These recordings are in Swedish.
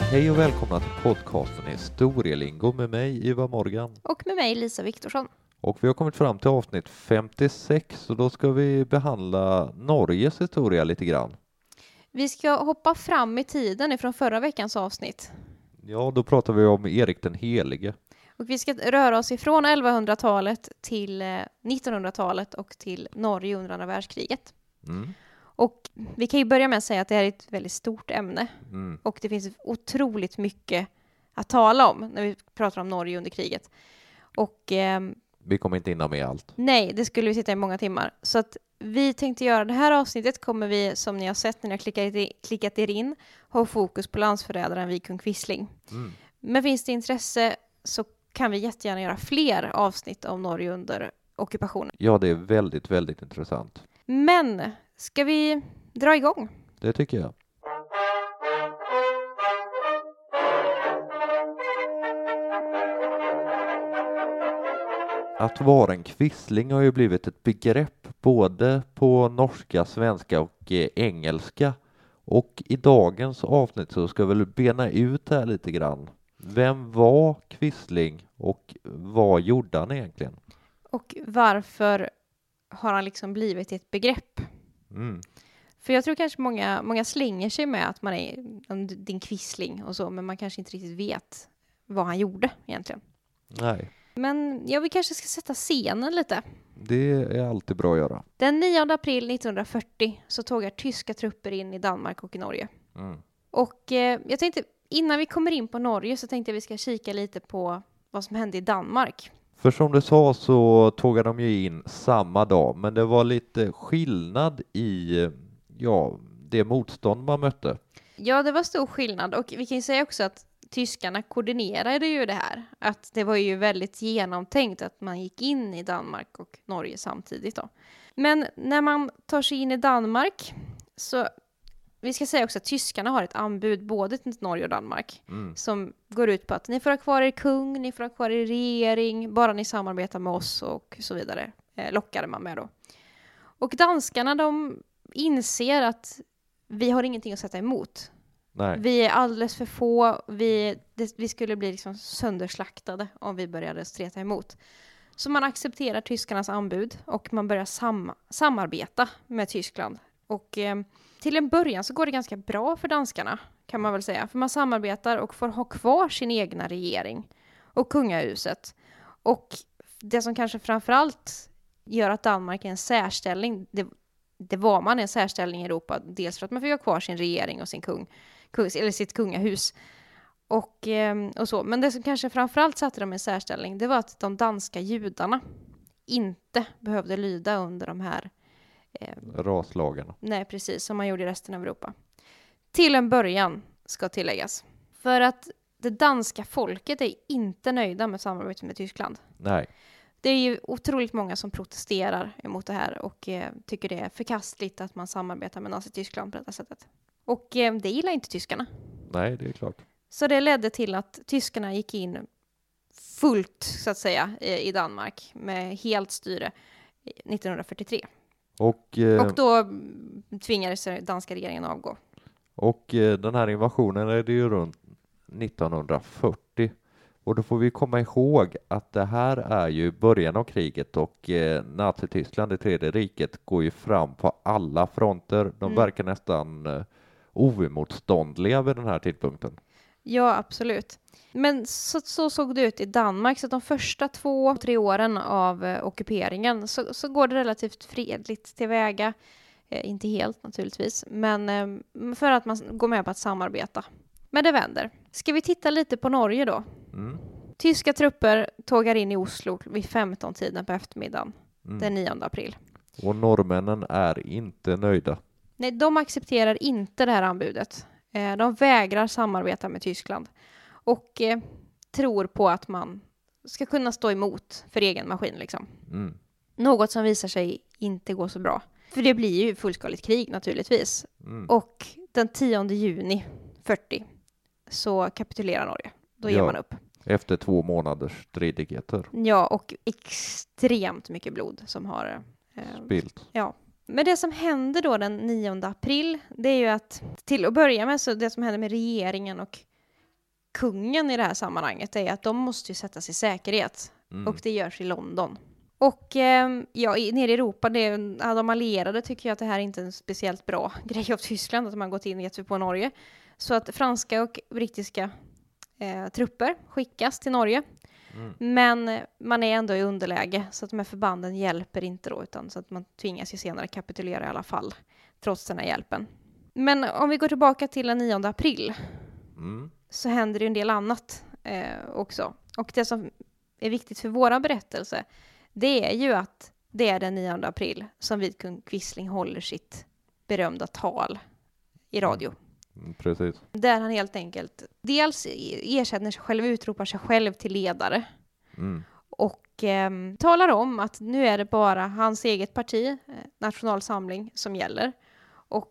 Hej och välkomna till podcasten Historielingo med mig Ivar Morgan. Och med mig Lisa Viktorsson. Och vi har kommit fram till avsnitt 56 och då ska vi behandla Norges historia lite grann. Vi ska hoppa fram i tiden ifrån förra veckans avsnitt. Ja, då pratar vi om Erik den helige. Och vi ska röra oss ifrån 1100-talet till 1900-talet och till Norge under andra världskriget. Mm. Och vi kan ju börja med att säga att det här är ett väldigt stort ämne. Mm. Och det finns otroligt mycket att tala om när vi pratar om Norge under kriget. Och Vi kommer inte hinna med allt. nej, det skulle vi sitta i många timmar. Så att vi tänkte göra det här avsnittet kommer vi, som ni har sett när ni har klickat er in, ha fokus på landsförrädaren Vidkun Quisling. Mm. Men finns det intresse så kan vi jättegärna göra fler avsnitt om Norge under ockupationen. Ja, det är väldigt, väldigt intressant. Men ska vi dra igång? Det tycker jag. Att vara en quisling har ju blivit ett begrepp både på norska, svenska och engelska. Och i dagens avsnitt så ska vi väl bena ut det här lite grann. Vem var Quisling och vad gjorde han egentligen? Och varför har han liksom blivit ett begrepp? Mm. För jag tror kanske många slänger sig med att man är din quisling och så, men man kanske inte riktigt vet vad han gjorde egentligen. Nej, Men ja, vi kanske ska sätta scenen lite. det är alltid bra att göra. Den 9 april 1940 så tågar tyska trupper in i Danmark och i Norge. Mm. Och jag tänkte, innan vi kommer in på Norge så tänkte jag vi ska kika lite på vad som hände i Danmark. För som du sa så tågade de ju in samma dag, men det var lite skillnad i det motstånd man mötte. Ja, det var stor skillnad och vi kan ju säga också att tyskarna koordinerade ju det här. Att det var ju väldigt genomtänkt att man gick in i Danmark och Norge samtidigt då. Men när man tar sig in i Danmark så, vi ska säga också att tyskarna har ett anbud både till Norge och Danmark som går ut på att ni får ha kvar er kung, ni får ha kvar er regering, bara ni samarbetar med oss och så vidare. Lockade man med då. Och danskarna, de inser att vi har ingenting att sätta emot. Nej. Vi är alldeles för få, vi skulle bli liksom sönderslaktade om vi började streta emot. Så man accepterar tyskarnas anbud och man börjar samarbeta med Tyskland. Och till en början så går det ganska bra för danskarna kan man väl säga. För man samarbetar och får ha kvar sin egna regering och kungahuset. Och det som kanske framförallt gör att Danmark är en särställning, det var man en särställning i Europa. Dels för att man fick ha kvar sin regering och sin eller sitt kungahus. Och så. Men det som kanske framförallt satte dem i en särställning, det var att de danska judarna inte behövde lyda under de här Raslagarna. nej, precis, som man gjorde i resten av Europa. Till en början ska tilläggas. För att det danska folket är inte nöjda med samarbetet med Tyskland. Nej. Det är ju otroligt många som protesterar emot det här och tycker det är förkastligt att man samarbetar med Nazityskland på detta sättet. Och det gillar inte tyskarna. Nej, det är klart. Så det ledde till att tyskarna gick in fullt, så att säga, i Danmark med helt styre 1943. Och då tvingades den danska regeringen avgå. Och den här invasionen är det ju runt 1940. Och då får vi komma ihåg att det här är ju början av kriget och Nazityskland, det tredje riket, går ju fram på alla fronter. De verkar nästan oemotståndliga vid den här tidpunkten. Ja, absolut. Men så såg det ut i Danmark. Så att de första 2-3 åren av ockuperingen så går det relativt fredligt tillväga. Inte helt naturligtvis, men för att man går med på att samarbeta. Men det vänder. Ska vi titta lite på Norge då? Mm. Tyska trupper tågar in i Oslo vid 15-tiden på eftermiddagen den 9 april. Och norrmännen är inte nöjda. Nej, de accepterar inte det här anbudet. De vägrar samarbeta med Tyskland. Och tror på att man ska kunna stå emot för egen maskin liksom. Mm. Något som visar sig inte gå så bra. För det blir ju fullskaligt krig naturligtvis. Och den 10 juni 40 så kapitulerar Norge. Då ger man upp. Efter 2 månaders stridigheter. Ja, och extremt mycket blod som har Spilt. Ja. Men det som händer då den 9 april, det är ju att till att börja med så det som händer med regeringen och kungen i det här sammanhanget är att de måste ju sättas i säkerhet. Mm. Och det görs i London. Och nere i Europa, de allierade tycker jag att det här inte är en speciellt bra grej av Tyskland, att man gått in och gett sig på Norge. Så att franska och brittiska trupper skickas till Norge. Mm. Men man är ändå i underläge, så att de här förbanden hjälper inte då, utan så att man tvingas ju senare kapitulera i alla fall, trots den här hjälpen. Men om vi går tillbaka till den 9 april så händer det en del annat också. Och det som är viktigt för våra berättelse, det är ju att det är den 9 april som Vidkun Quisling håller sitt berömda tal i radio. Precis. Där han helt enkelt dels erkänner sig själv, utropar sig själv till ledare. Och talar om att nu är det bara hans eget parti, Nationalsamling, som gäller. Och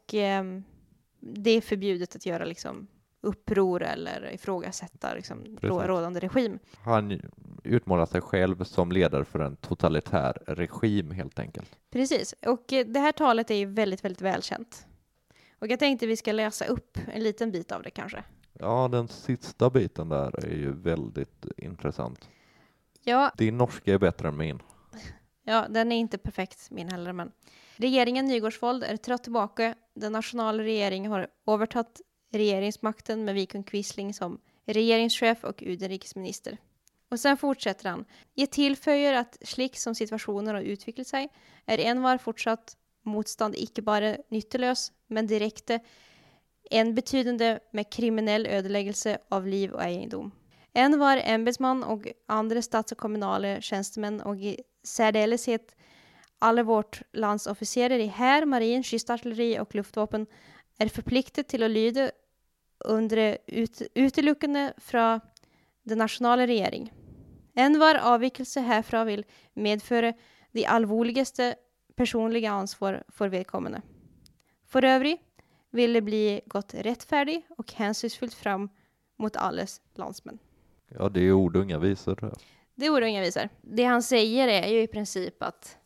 det är förbjudet att göra liksom uppror eller ifrågasätta liksom rådande regim. Han utmålar sig själv som ledare för en totalitär regim helt enkelt. Precis, och det här talet är ju väldigt, väldigt välkänt. Och jag tänkte vi ska läsa upp en liten bit av det kanske. Ja, den sista biten där är ju väldigt intressant. Ja. Din norska är bättre än min. Ja, den är inte perfekt min heller, men regeringen Nygårdsvold är trött tillbaka. Den nationella regeringen har övertagit regeringsmakten med Vidkun Quisling som regeringschef och utrikesminister. Och sen fortsätter han. Ge tillføyer att slik som situationer har utvecklat sig är envar fortsatt motstånd ikke bare nytteløs, men direkte en betydande med kriminell ödeläggelse av liv och egendom. Envar embetsmann och andra stats- och kommunala tjänstemän och i särdeleshet alla vårt lands officerer i här, marin, kystartilleri och luftvapen är förpliktet till att lyda under utelukkende från den nationella regering. Envar avvikelse härfra vill medföra de allvarligaste personliga ansvar för vedkommande. För övrigt vill det bli gått rättfärdigt och hänsynsfullt fram mot alles landsmän. Ja, det är ord och inga visor. Det är ord och inga visor. Det han säger är ju i princip att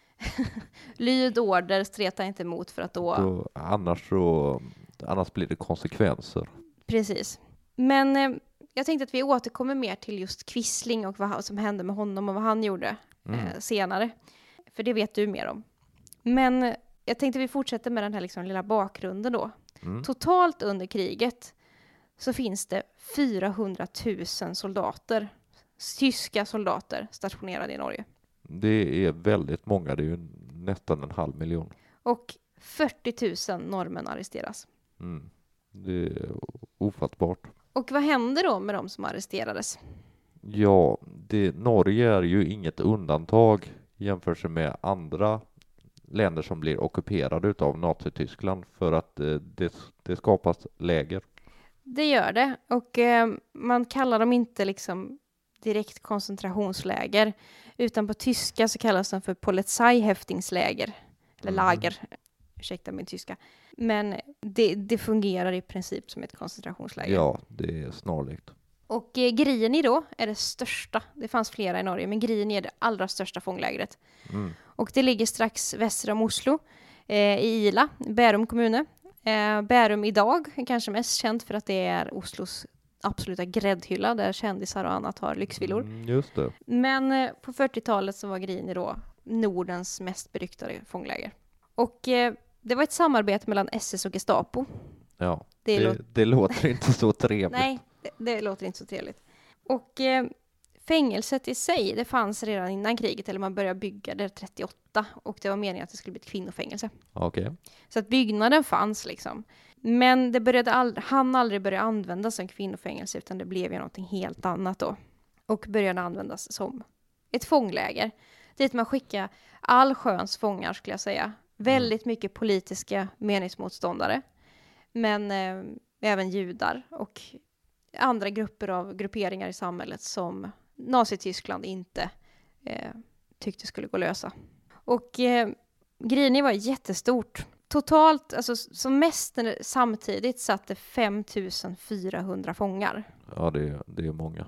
lyd order, streta inte emot för att då... Annars blir det konsekvenser. Precis. Men jag tänkte att vi återkommer mer till just Quisling och vad som hände med honom och vad han gjorde senare. För det vet du mer om. Men jag tänkte att vi fortsätter med den här liksom lilla bakgrunden då. Totalt under kriget så finns det 400 000 soldater, tyska soldater stationerade i Norge. Det är väldigt många, det är ju nästan 500 000. Och 40 000 norrmän arresteras. Det är ofattbart. Och vad händer då med de som arresterades? Ja, Norge är ju inget undantag jämfört med andra länder som blir ockuperade av Nazityskland för att det skapas läger. Det gör det, och man kallar dem inte liksom direkt koncentrationsläger, utan på tyska så kallas de för Polizeihäftningsläger eller lager, ursäkta min tyska. Men det fungerar i princip som ett koncentrationsläger. Ja, det är snarlikt. Och Grini då är det största. Det fanns flera i Norge, men Grini är det allra största fånglägret. Och det ligger strax väster om Oslo, i Ila, Bærum kommune. Bærum idag är kanske mest känt för att det är Oslos absoluta gräddhylla där kändisar och annat har lyxvillor. Just det. Men på 40-talet så var Grini då Nordens mest beryktade fångläger. Och det var ett samarbete mellan SS och Gestapo. Ja, det låter inte så trevligt. Nej, det låter inte så trevligt. Och fängelset i sig, det fanns redan innan kriget, eller man började bygga det 38, och det var meningen att det skulle bli ett kvinnofängelse. Okay. Så att byggnaden fanns liksom. Men det hann aldrig börja användas som kvinnofängelse, utan det blev ju någonting helt annat då. Och började användas som ett fångläger. Dit man skickade all sköns fångar, skulle jag säga. Väldigt mycket politiska meningsmotståndare. Men även judar och andra grupperingar i samhället som Nazityskland inte tyckte skulle gå att lösa. Och Grini var jättestort. Totalt, alltså som mest samtidigt satt det 5400 fångar. Ja, det är många.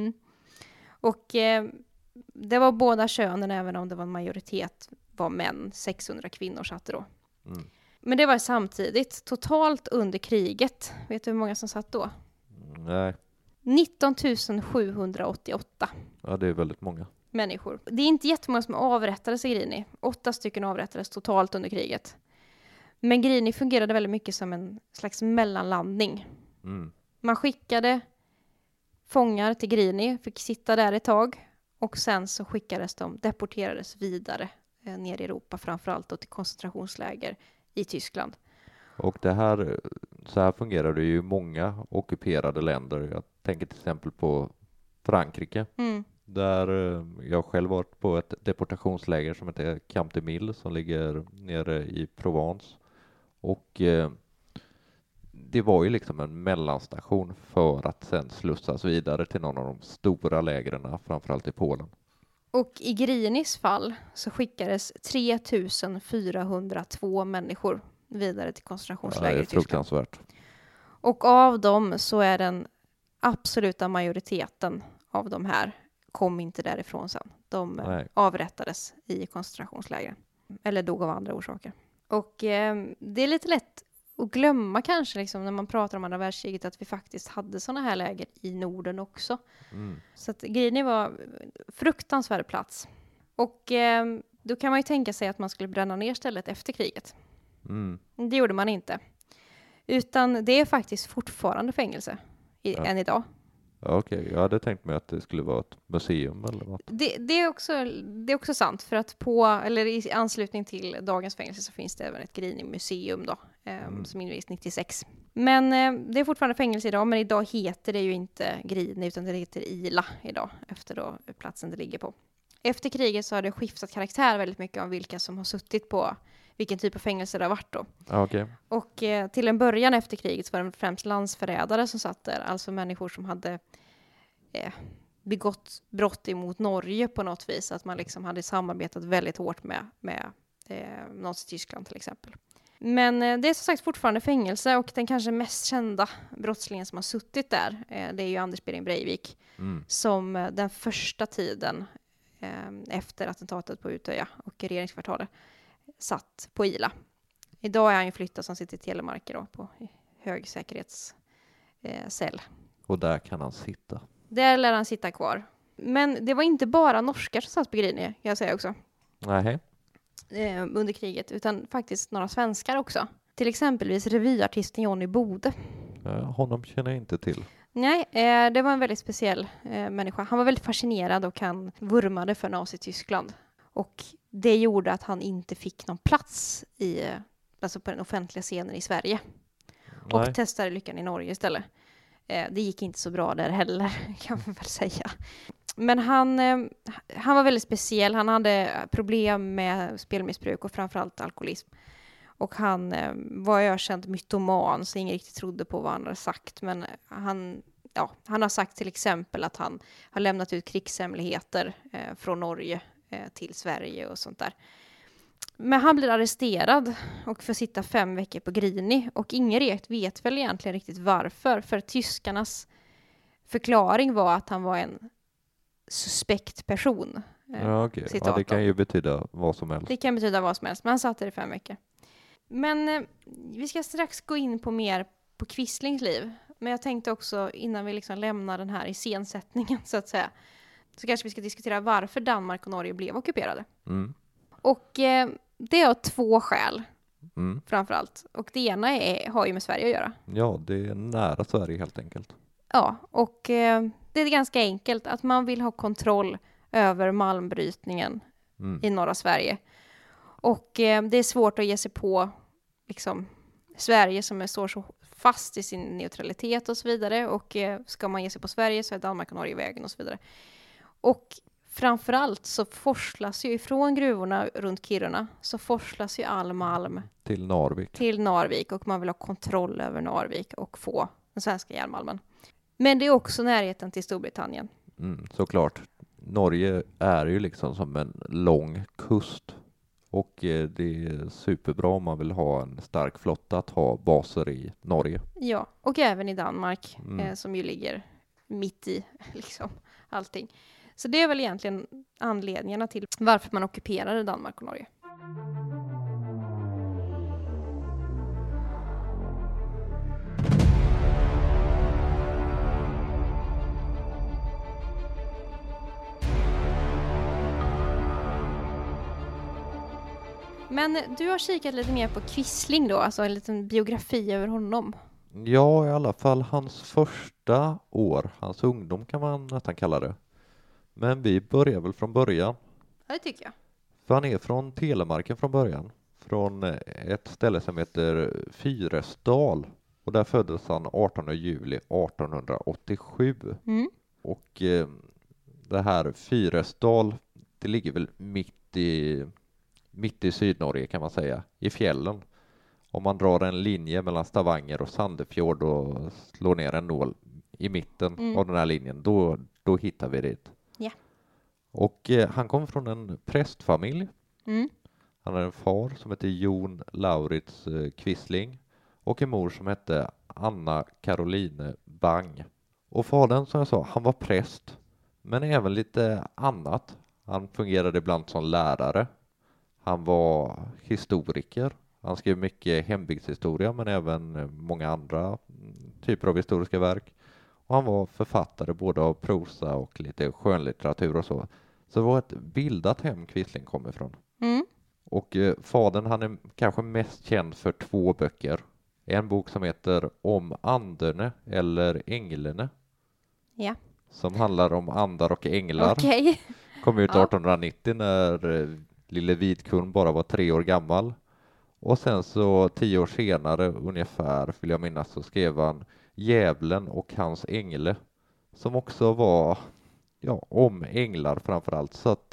Och det var båda könen, även om det var en majoritet var män. 600 kvinnor satt det då. Men det var samtidigt. Totalt under kriget. Vet du hur många som satt då? Nej. 19 788 Ja, det är väldigt många. människor. Det är inte jättemånga som avrättades i Grini. 8 stycken avrättades totalt under kriget. Men Grini fungerade väldigt mycket som en slags mellanlandning. Mm. Man skickade fångar till Grini, fick sitta där ett tag. Och sen så deporterades vidare ner i Europa, framförallt då till koncentrationsläger i Tyskland. Och så här fungerar det ju i många ockuperade länder. Jag tänker till exempel på Frankrike. Mm. Där jag själv varit på ett deportationsläger som heter Camp de Mille som ligger nere i Provence. Och det var ju liksom en mellanstation för att sen slussas vidare till någon av de stora lägren, framförallt i Polen. Och i Grinis fall så skickades 3402 människor vidare till koncentrationsläger i Tyskland. Fruktansvärt. Och av dem så är den absoluta majoriteten av de här kom inte därifrån sen. De avrättades i koncentrationsläger. Eller dog av andra orsaker. Och det är lite lätt att glömma kanske liksom, när man pratar om andra världskriget att vi faktiskt hade sådana här läger i Norden också. Mm. Så att Grini var en fruktansvärd plats. Och då kan man ju tänka sig att man skulle bränna ner stället efter kriget. Mm. Det gjorde man inte. Utan det är faktiskt fortfarande fängelse än idag. Ja, okej. Jag hade tänkt mig att det skulle vara ett museum eller något. Det är också sant, för att i anslutning till dagens fängelse så finns det även ett Grini-museum då, som invigdes 96. Men det är fortfarande fängelse idag, men idag heter det ju inte Grini utan det heter Ila idag, efter då platsen det ligger på. Efter kriget så har det skiftat karaktär väldigt mycket om vilka som har suttit på vilken typ av fängelse det har varit då. Okay. Och till en början efter kriget så var det främst landsförrädare som satt där. Alltså människor som hade begått brott emot Norge på något vis. Att man liksom hade samarbetat väldigt hårt med Nazityskland till exempel. Men det är som sagt fortfarande fängelse, och den kanske mest kända brottslingen som har suttit där, det är ju Anders Behring Breivik. Som den första tiden efter attentatet på Utöya och regeringskvartalet satt på Ila. Idag är han ju flyttad som sitter i Telemark då, på högsäkerhetscell. Och där kan han sitta. Där lär han sitta kvar. Men det var inte bara norskar som satt på Grini, kan jag säga också. Nej. Under kriget, utan faktiskt några svenskar också. Till exempelvis revyartisten Johnny Bode. Honom känner jag inte till. Nej, det var en väldigt speciell människa. Han var väldigt fascinerad och han vurmade för Nazityskland. Och det gjorde att han inte fick någon plats på den offentliga scenen i Sverige. Nej. Och testade lyckan i Norge istället. Det gick inte så bra där heller, kan man väl säga. Men han var väldigt speciell. Han hade problem med spelmissbruk och framförallt alkoholism. Och han var ökänd mytoman, så ingen riktigt trodde på vad han hade sagt. Men han har sagt till exempel att han har lämnat ut krigshemligheter från Norge till Sverige och sånt där. Men han blir arresterad och får sitta 5 veckor på Grini. Och ingen vet väl egentligen riktigt varför. För tyskarnas förklaring var att han var en suspekt person. Ja, okay. Ja, det kan ju betyda vad som helst. Det kan betyda vad som helst, men han satt där i 5 veckor. Men vi ska strax gå in mer på Quislings liv. Men jag tänkte också, innan vi liksom lämnar den här iscensättningen så att säga, så kanske vi ska diskutera varför Danmark och Norge blev ockuperade. Mm. Och det är 2 skäl framförallt. Och det ena har ju med Sverige att göra. Ja, det är nära Sverige helt enkelt. Ja, och det är ganska enkelt att man vill ha kontroll över malmbrytningen i norra Sverige. Och det är svårt att ge sig på liksom, Sverige som står så fast i sin neutralitet och så vidare. Och ska man ge sig på Sverige så är Danmark och Norge i vägen och så vidare. Och framförallt så forslas ju ifrån gruvorna runt Kiruna, så forslas ju all malm till Narvik. Och man vill ha kontroll över Narvik och få den svenska järnmalmen. Men det är också närheten till Storbritannien. Såklart. Norge är ju liksom som en lång kust. Och det är superbra om man vill ha en stark flotta att ha baser i Norge. Ja, och även i Danmark som ju ligger mitt i liksom allting. Så det är väl egentligen anledningarna till varför man ockuperade Danmark och Norge. Men du har kikat lite mer på Quisling då, alltså en liten biografi över honom. Ja, i alla fall hans första år, hans ungdom kan man nästan kalla det. Men vi börjar väl från början. Ja, det tycker jag. För han är från Telemarken från början. Från ett ställe som heter Fyresdal. Och där föddes han 18 juli 1887. Mm. Och det här Fyresdal, det ligger väl mitt i Sydnorge kan man säga, i fjällen. Om man drar en linje mellan Stavanger och Sandefjord och slår ner en nål i mitten av den här linjen, då hittar vi dit. Ja. Och han kom från en prästfamilj. Mm. Han hade en far som hette Jon Laurits Quisling och en mor som hette Anna Caroline Bang. Och fadern, som jag sa, han var präst, men även lite annat. Han fungerade ibland som lärare. Han var historiker. Han skrev mycket hembygdshistoria, men även många andra typer av historiska verk. Och han var författare både av prosa och lite skönlitteratur och så. Så det var ett bildat hem Quisling kom ifrån. Mm. Och fadern, han är kanske mest känd för 2 böcker. En bok som heter Om Anderne eller Änglene. Ja. Som handlar om andar och änglar. Okej. Kom ut Ja. 1890 när lille Vidkun bara var 3 år gammal. Och sen så 10 år senare ungefär, vill jag minnas, så skrev han Djävulen och hans ängle. Som också var, ja, om änglar framförallt. Så att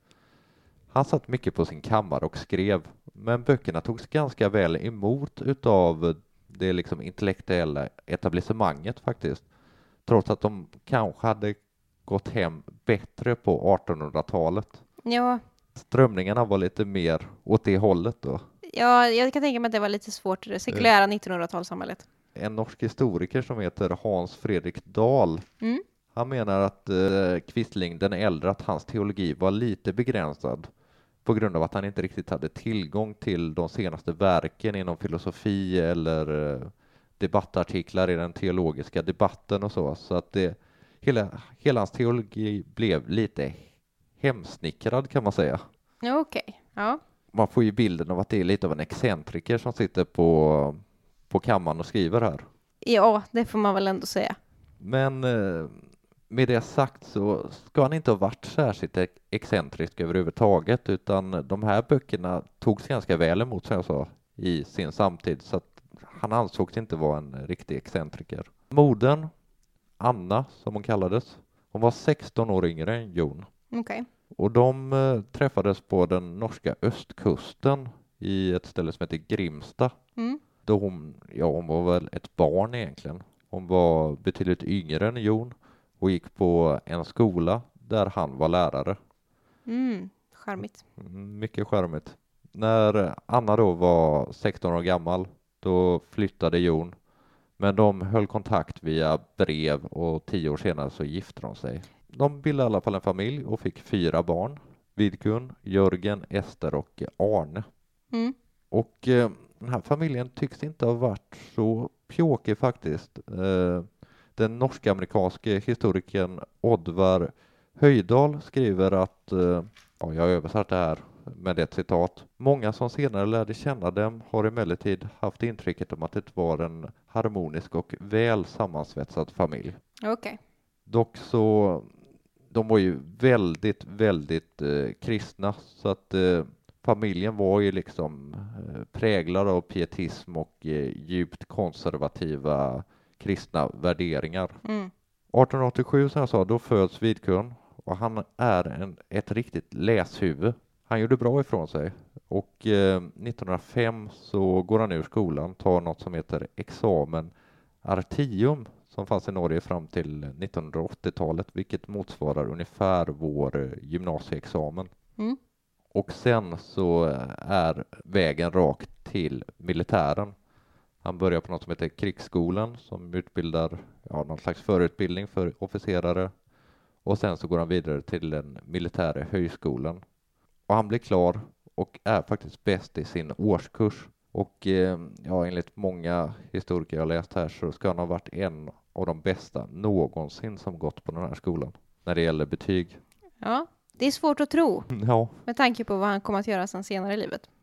han satt mycket på sin kammare och skrev. Men böckerna togs ganska väl emot utav det liksom intellektuella etablissemanget faktiskt. Trots att de kanske hade gått hem bättre på 1800-talet. Ja. Strömningarna var lite mer åt det hållet då. Ja, jag kan tänka mig att det var lite svårt i det sekulära 1900-talssamhället. En norsk historiker som heter Hans Fredrik Dahl, han menar att Quisling den äldre, att hans teologi var lite begränsad på grund av att han inte riktigt hade tillgång till de senaste verken inom filosofi eller debattartiklar i den teologiska debatten och så. Så att hela hans teologi blev lite hemsnickrad kan man säga. Ja, okej. Ja. Man får ju bilden av att det är lite av en excentriker som sitter på kammaren och skriver här. Ja, det får man väl ändå säga. Men med det sagt så ska han inte ha varit särskilt excentrisk överhuvudtaget, utan de här böckerna togs ganska väl emot, som jag sa, i sin samtid, så att han ansågs inte vara en riktig excentriker. Modern, Anna som hon kallades, hon var 16 år yngre än Jon. Okej. Och de träffades på den norska östkusten i ett ställe som heter Grimsta. Då hon var väl ett barn egentligen. Hon var betydligt yngre än Jon och gick på en skola där han var lärare. Charmigt. Mycket charmigt. När Anna då var 16 år gammal, då flyttade Jon. Men de höll kontakt via brev och 10 år senare så gifte de sig. De bildade i alla fall en familj och fick 4 barn. Vidkun, Jörgen, Ester och Arne. Och den här familjen tycks inte ha varit så pjåkig faktiskt. Den norsk-amerikanske historikern Oddvar Höjdal skriver att, jag har översatt det här med ett citat. Många som senare lärde känna dem har emellertid haft intrycket om att det var en harmonisk och väl sammansvetsad familj. Okej. Dock så, de var ju väldigt, väldigt kristna, så att familjen var ju liksom präglad av pietism och djupt konservativa kristna värderingar. 1887, som jag sa, då föds Vidkun och han är ett riktigt läshuvud. Han gjorde bra ifrån sig och 1905 så går han ur skolan, tar något som heter examen artium som fanns i Norge fram till 1980-talet, vilket motsvarar ungefär vår gymnasieexamen. Och sen så är vägen rakt till militären. Han börjar på något som heter krigsskolan som utbildar någon slags förutbildning för officerare. Och sen så går han vidare till den militära högskolan. Och han blir klar och är faktiskt bäst i sin årskurs. Och enligt många historiker jag läst här så ska han ha varit en av de bästa någonsin som gått på den här skolan när det gäller betyg. Ja, det är svårt att tro Ja. med tanke på vad han kommer att göra sen senare i livet.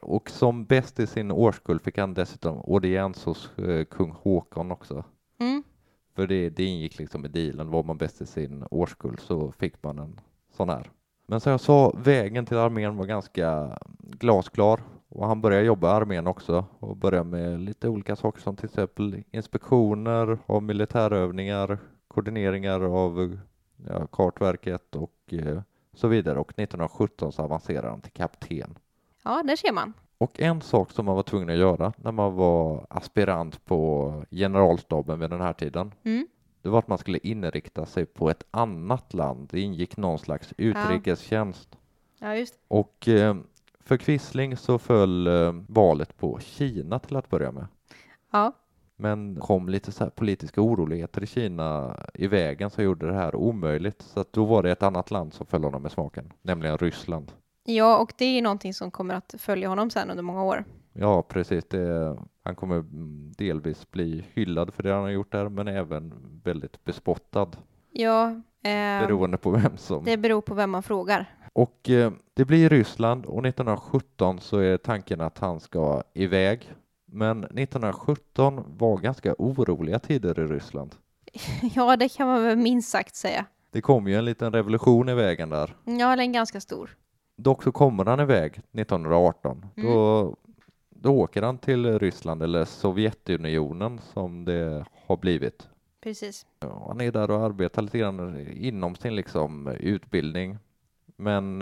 Och som bäst i sin årskull fick han dessutom audiens hos kung Håkon också. Mm. För det ingick liksom i dealen, var man bäst i sin årskull så fick man en sån här. Men som jag sa, vägen till armén var ganska glasklar. Och han började jobba i armén också och började med lite olika saker som till exempel inspektioner av militärövningar, koordineringar av kartverket och så vidare. Och 1917 så avancerade han till kapten. Ja, där ser man. Och en sak som man var tvungen att göra när man var aspirant på generalstaben vid den här tiden, det var att man skulle inrikta sig på ett annat land. Det ingick någon slags utrikestjänst. Ja, just. Och för Quisling så föll valet på Kina till att börja med. Ja. Men kom lite så här politiska oroligheter i Kina i vägen som gjorde det här omöjligt. Så att då var det ett annat land som föll honom med smaken, nämligen Ryssland. Ja, och det är någonting som kommer att följa honom sen under många år. Ja, precis. Han kommer delvis bli hyllad för det han har gjort där, men även väldigt bespottad. Ja. Beroende på vem som... Det beror på vem man frågar. Och det blir Ryssland och 1917 så är tanken att han ska iväg. Men 1917 var ganska oroliga tider i Ryssland. Ja, det kan man väl minst sagt säga. Det kom ju en liten revolution i vägen där. Ja, eller en ganska stor. Dock så kommer han iväg 1918. Då åker han till Ryssland, eller Sovjetunionen som det har blivit. Precis. Ja, han är där och arbetar lite grann inom sin liksom utbildning. Men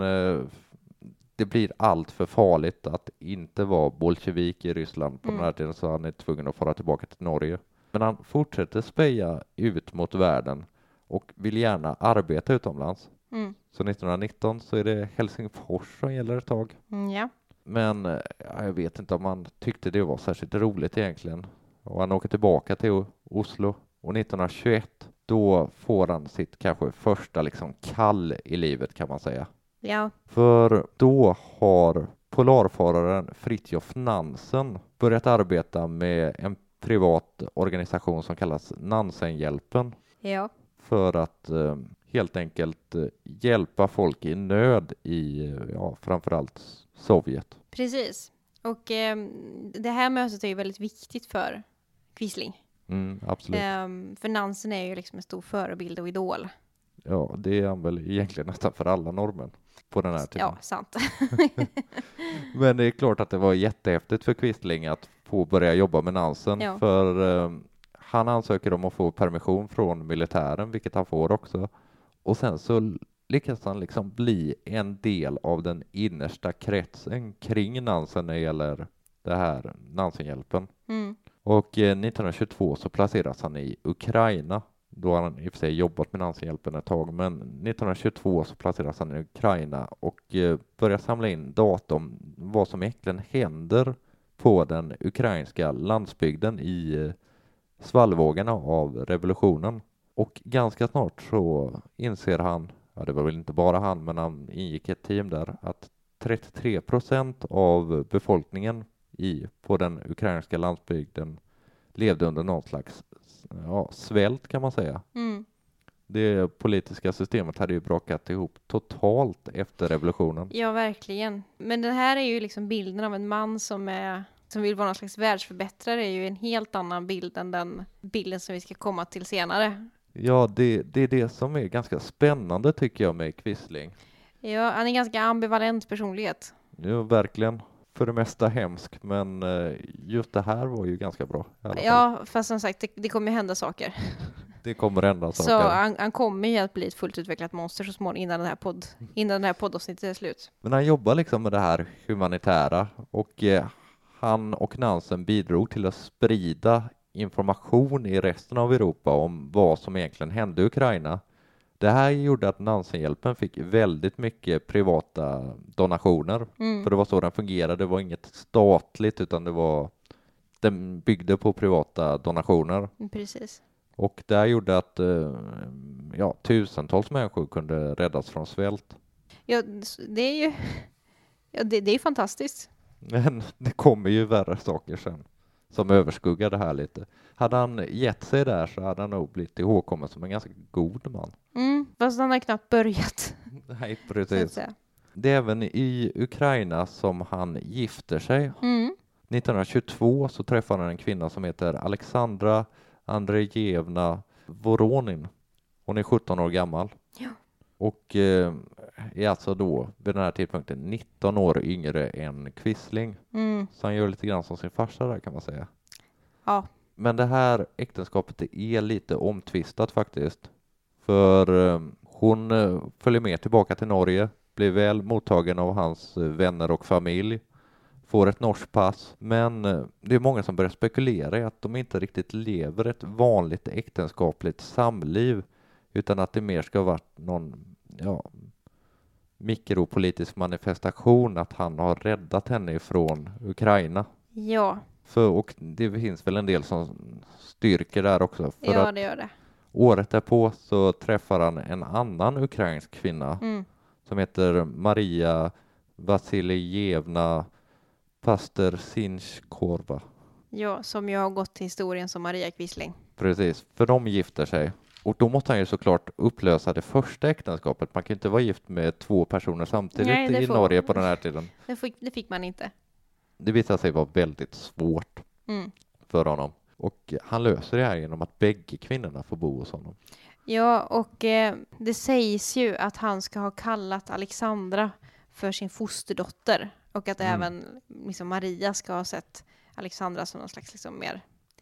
det blir allt för farligt att inte vara bolsjevik i Ryssland på den här tiden, så han är tvungen att fara tillbaka till Norge. Men han fortsätter speja ut mot världen och vill gärna arbeta utomlands. Så 1919 så är det Helsingfors som gäller ett tag. Ja. Men jag vet inte om han tyckte det var särskilt roligt egentligen. Och han åker tillbaka till Oslo. Och 1921 då får han sitt kanske första liksom kall i livet kan man säga. Ja. För då har polarfararen Fritjof Nansen börjat arbeta med en privat organisation som kallas Nansenhjälpen. Ja. För att helt enkelt hjälpa folk i nöd i framförallt Sovjet. Precis. Och det här mötet är ju väldigt viktigt för Quisling. Absolut. För Nansen är ju liksom en stor förebild och idol. Ja, det är han väl egentligen nästan för alla norrmän på den här tiden. Ja, sant. Men det är klart att det var jättehäftigt för Quisling att få börja jobba med Nansen. Ja. För han ansöker om att få permission från militären, vilket han får också. Och sen så lyckas han liksom bli en del av den innersta kretsen kring Nansen när det gäller det här Nansenhjälpen. Och 1922 så placeras han i Ukraina. Då har han i och för sig jobbat med Nansenhjälpen ett tag, men 1922 så placeras han i Ukraina och börjar samla in data om vad som egentligen händer på den ukrainska landsbygden i svallvågorna av revolutionen. Och ganska snart så inser han, det var väl inte bara han, men han ingick ett team där, att 33% av befolkningen på den ukrainska landsbygden levde under någon slags svält kan man säga. Det politiska systemet hade ju brakat ihop totalt efter revolutionen. Ja, verkligen. Men det här är ju liksom bilden av en man som vill vara någon slags världsförbättrare är ju en helt annan bild än den bilden som vi ska komma till senare. Ja, det är det som är ganska spännande tycker jag med Quisling. Ja, han är en ganska ambivalent personlighet. Ja, verkligen. För det mesta hemsk, men just det här var ju ganska bra. Ja, fast som sagt, det kommer ju hända saker. Det kommer hända saker. Så han kommer ju att bli ett fullt utvecklat monster så småningom innan den här poddavsnittet är slut. Men han jobbar liksom med det här humanitära och han och Nansen bidrog till att sprida information i resten av Europa om vad som egentligen hände i Ukraina. Det här gjorde att Nansenhjälpen fick väldigt mycket privata donationer. För det var så den fungerade. Det var inget statligt utan den byggde på privata donationer. Precis. Och det här gjorde att tusentals människor kunde räddas från svält. Ja, det är ju det är fantastiskt. Men det kommer ju värre saker sen som överskuggar det här lite. Hade han gett sig där så hade han nog blivit ihågkommen som en ganska god man. Fast han har knappt börjat. Nej, precis. Det är även i Ukraina som han gifter sig. Mm. 1922 så träffar han en kvinna som heter Alexandra Andrejevna Voronin. Hon är 17 år gammal. Ja. Och är alltså då vid den här tidpunkten 19 år yngre än Quisling. Mm. Så han gör lite grann som sin farsa där kan man säga. Ja. Men det här äktenskapet är lite omtvistat faktiskt. För hon följer med tillbaka till Norge, blir väl mottagen av hans vänner och familj, får ett norskt pass. Men det är många som börjar spekulera i att de inte riktigt lever ett vanligt äktenskapligt samliv, utan att det mer ska ha varit någon mikropolitisk manifestation, att han har räddat henne ifrån Ukraina. Ja. Och det finns väl en del som styrker där också. För Ja, att det gör det. året därpå så träffar han en annan ukrainsk kvinna som heter Maria Vasiljevna Pastersinchkorva. Ja, som jag har gått till historien som Maria Quisling. Precis, för de gifter sig. Och då måste han ju såklart upplösa det första äktenskapet. Man kan ju inte vara gift med 2 personer samtidigt i Norge på den här tiden. Det fick man inte. Det visade sig vara väldigt svårt för honom. Och han löser det här genom att bägge kvinnorna får bo hos honom. Ja, och det sägs ju att han ska ha kallat Alexandra för sin fosterdotter. Och att även liksom Maria ska ha sett Alexandra som någon slags liksom mer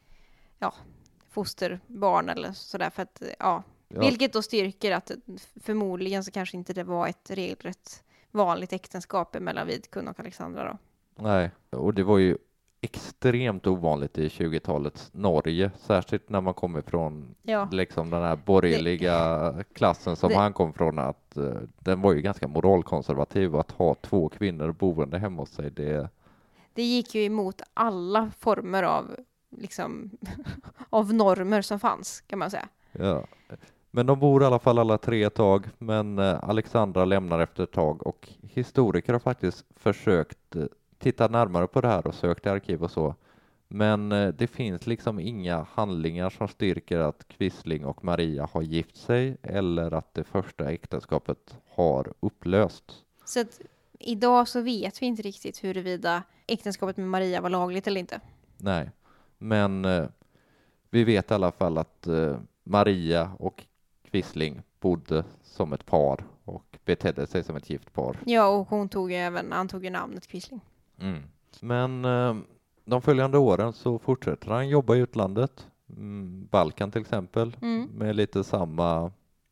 fosterbarn eller sådär. För att, vilket då styrker att förmodligen så kanske inte det var ett regelrätt vanligt äktenskap mellan Vidkun och Alexandra då. Nej, och det var ju extremt ovanligt i 20-talets Norge, särskilt när man kommer från liksom den här borgerliga klassen som han kom från, att den var ju ganska moralkonservativ, att ha 2 kvinnor boende hemma hos sig. Det gick ju emot alla former av liksom av normer som fanns, kan man säga. Ja. Men de bor i alla fall alla 3 ett tag, men Alexandra lämnar efter ett tag, och historiker har faktiskt försökt titta närmare på det här och sökt i arkiv och så. Men det finns liksom inga handlingar som styrker att Quisling och Maria har gift sig eller att det första äktenskapet har upplösts. Så att idag så vet vi inte riktigt huruvida äktenskapet med Maria var lagligt eller inte. Nej, men vi vet i alla fall att Maria och Quisling bodde som ett par och betedde sig som ett gift par. Ja, och hon antog ju namnet Quisling. Men de följande åren så fortsätter han jobba i utlandet, Balkan till exempel, med lite samma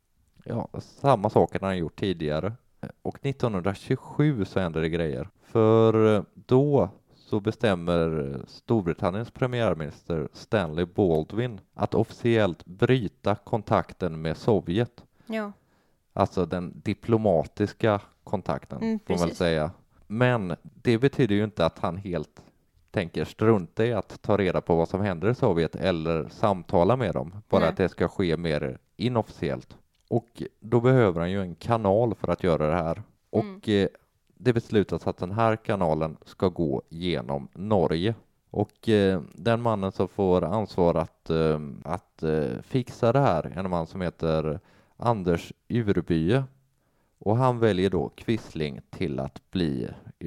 saker han gjort tidigare. Och 1927 så händer det grejer, för då så bestämmer Storbritanniens premiärminister Stanley Baldwin att officiellt bryta kontakten med Sovjet. Ja. Alltså den diplomatiska kontakten, får man väl säga. Men det betyder ju inte att han helt tänker strunta i att ta reda på vad som händer i Sovjet eller samtala med dem. Bara att det ska ske mer inofficiellt. Och då behöver han ju en kanal för att göra det här. Och det beslutas att den här kanalen ska gå genom Norge. Och den mannen som får ansvar att fixa det här är en man som heter Anders Urbye. Och han väljer då Quisling till att bli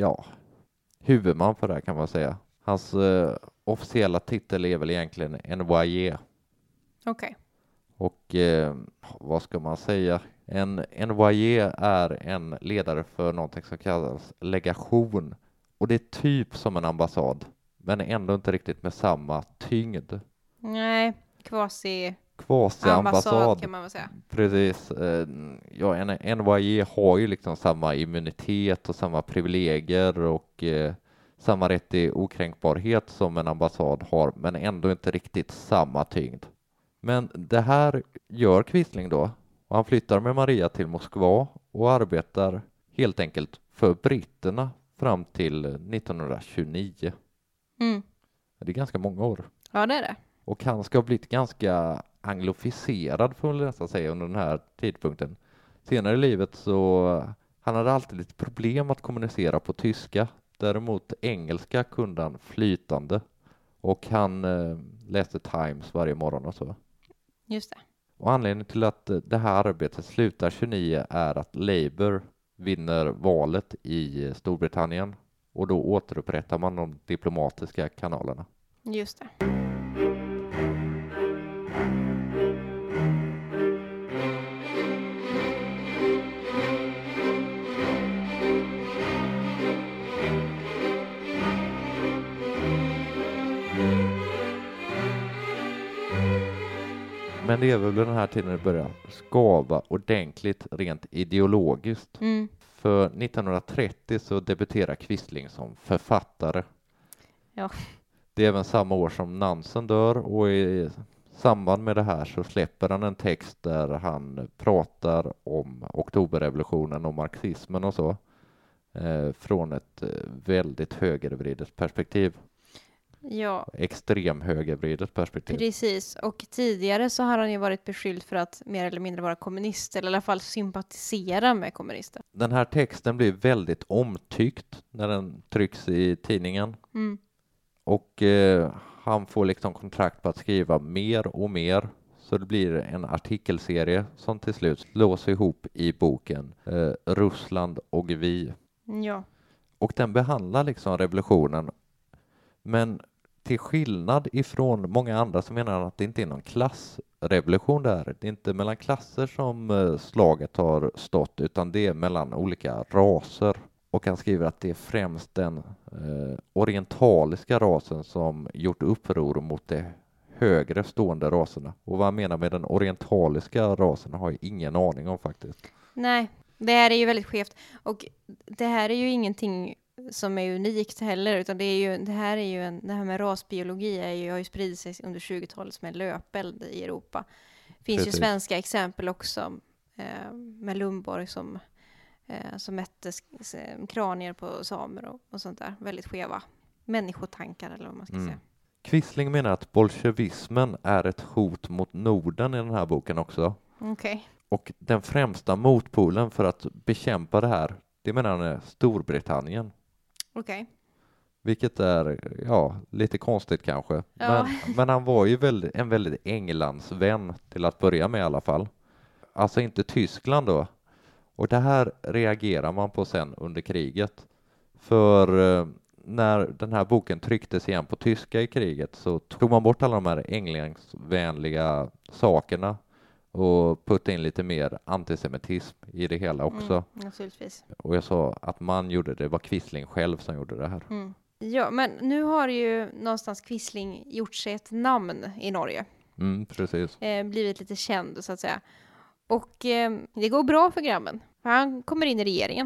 huvudman för det här, kan man säga. Hans officiella titel är väl egentligen envoyé. Okej. Och vad ska man säga? En envoyé är en ledare för någonting som kallas legation. Och det är typ som en ambassad, men ändå inte riktigt med samma tyngd. Nej, quasi-ambassad kan man väl säga. Precis. En envoyé har ju liksom samma immunitet och samma privilegier och samma rätt till okränkbarhet som en ambassad har, men ändå inte riktigt samma tyngd. Men det här gör Quisling då, och han flyttar med Maria till Moskva och arbetar helt enkelt för britterna fram till 1929. Det är ganska många år. Ja, det är det. Och han ska ha blivit ganska angloficerad, får man nästan säga, under den här tidpunkten. Senare i livet så han hade alltid lite problem att kommunicera på tyska. Däremot engelska kunde han flytande. Och han läste Times varje morgon och så. Just det. Och anledningen till att det här arbetet slutar 29 är att Labour vinner valet i Storbritannien och då återupprättar man de diplomatiska kanalerna. Just det. Men det är väl den här tiden det börjar skava ordentligt rent ideologiskt. Mm. För 1930 så debuterar Quisling som författare. Ja. Det är även samma år som Nansen dör och i samband med det här så släpper han en text där han pratar om oktoberrevolutionen och marxismen och så. Från ett väldigt högervridet perspektiv. Ja, Extrem högervridet perspektiv. precis. Och tidigare så har han ju varit beskylld för att mer eller mindre vara kommunist, eller i alla fall sympatisera med kommunister. Den här texten blir väldigt omtyckt när den trycks i tidningen. Mm. Och han får liksom kontrakt på att skriva mer och mer. Så det blir en artikelserie som till slut slås ihop i boken Ryssland och vi. Ja. Och den behandlar liksom revolutionen. Men till skillnad ifrån många andra så menar han att det inte är någon klassrevolution där. Det är inte mellan klasser som slaget har stått utan det är mellan olika raser. Och han skriver att det är främst den orientaliska rasen som gjort uppror mot de högre stående raserna. Och vad han menar med den orientaliska rasen har jag ingen aning om faktiskt. Nej, det här är ju väldigt skevt. Och det här är ju ingenting som är unikt heller, utan det här med rasbiologi har ju spridit sig under 20-talet som en löpeld i Europa. Det finns Precis. ju svenska exempel också med Lundborg som mätte kranier på samer och sånt där. Väldigt skeva människotankar eller vad man ska säga. Quisling menar att bolsjevismen är ett hot mot Norden i den här boken också. Okej. Och den främsta motpolen för att bekämpa det här, det menar han är Storbritannien. Okej. Vilket är, lite konstigt kanske. Ja. Men han var ju en väldigt Englandsvän till att börja med i alla fall. Alltså inte Tyskland då. Och det här reagerar man på sen under kriget. För när den här boken trycktes igen på tyska i kriget så tog man bort alla de här englandsvänliga sakerna och puttade in lite mer antisemitism i det hela också. Naturligtvis. Och jag sa att man gjorde det, var Quisling själv som gjorde det här. Mm. Ja, men nu har ju någonstans Quisling gjort sig ett namn i Norge. Precis. Blivit lite känd så att säga. Och det går bra för grabben. För han kommer in i regeringen.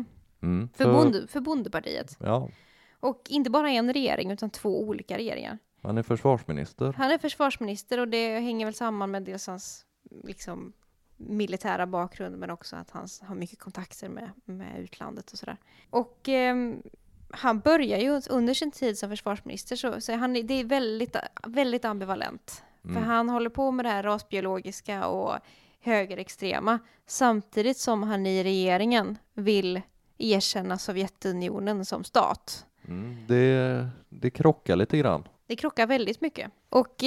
För bondepartiet. Ja, Och inte bara en regering utan 2 olika regeringar. han är försvarsminister. Han är försvarsminister och det hänger väl samman med dels hans liksom militära bakgrund men också att han har mycket kontakter med utlandet och sådär. Och han börjar ju under sin tid som försvarsminister så det är väldigt, väldigt ambivalent. För han håller på med det här rasbiologiska och högerextrema samtidigt som han i regeringen vill erkänna Sovjetunionen som stat. Det krockar lite grann. Det krockar väldigt mycket. Och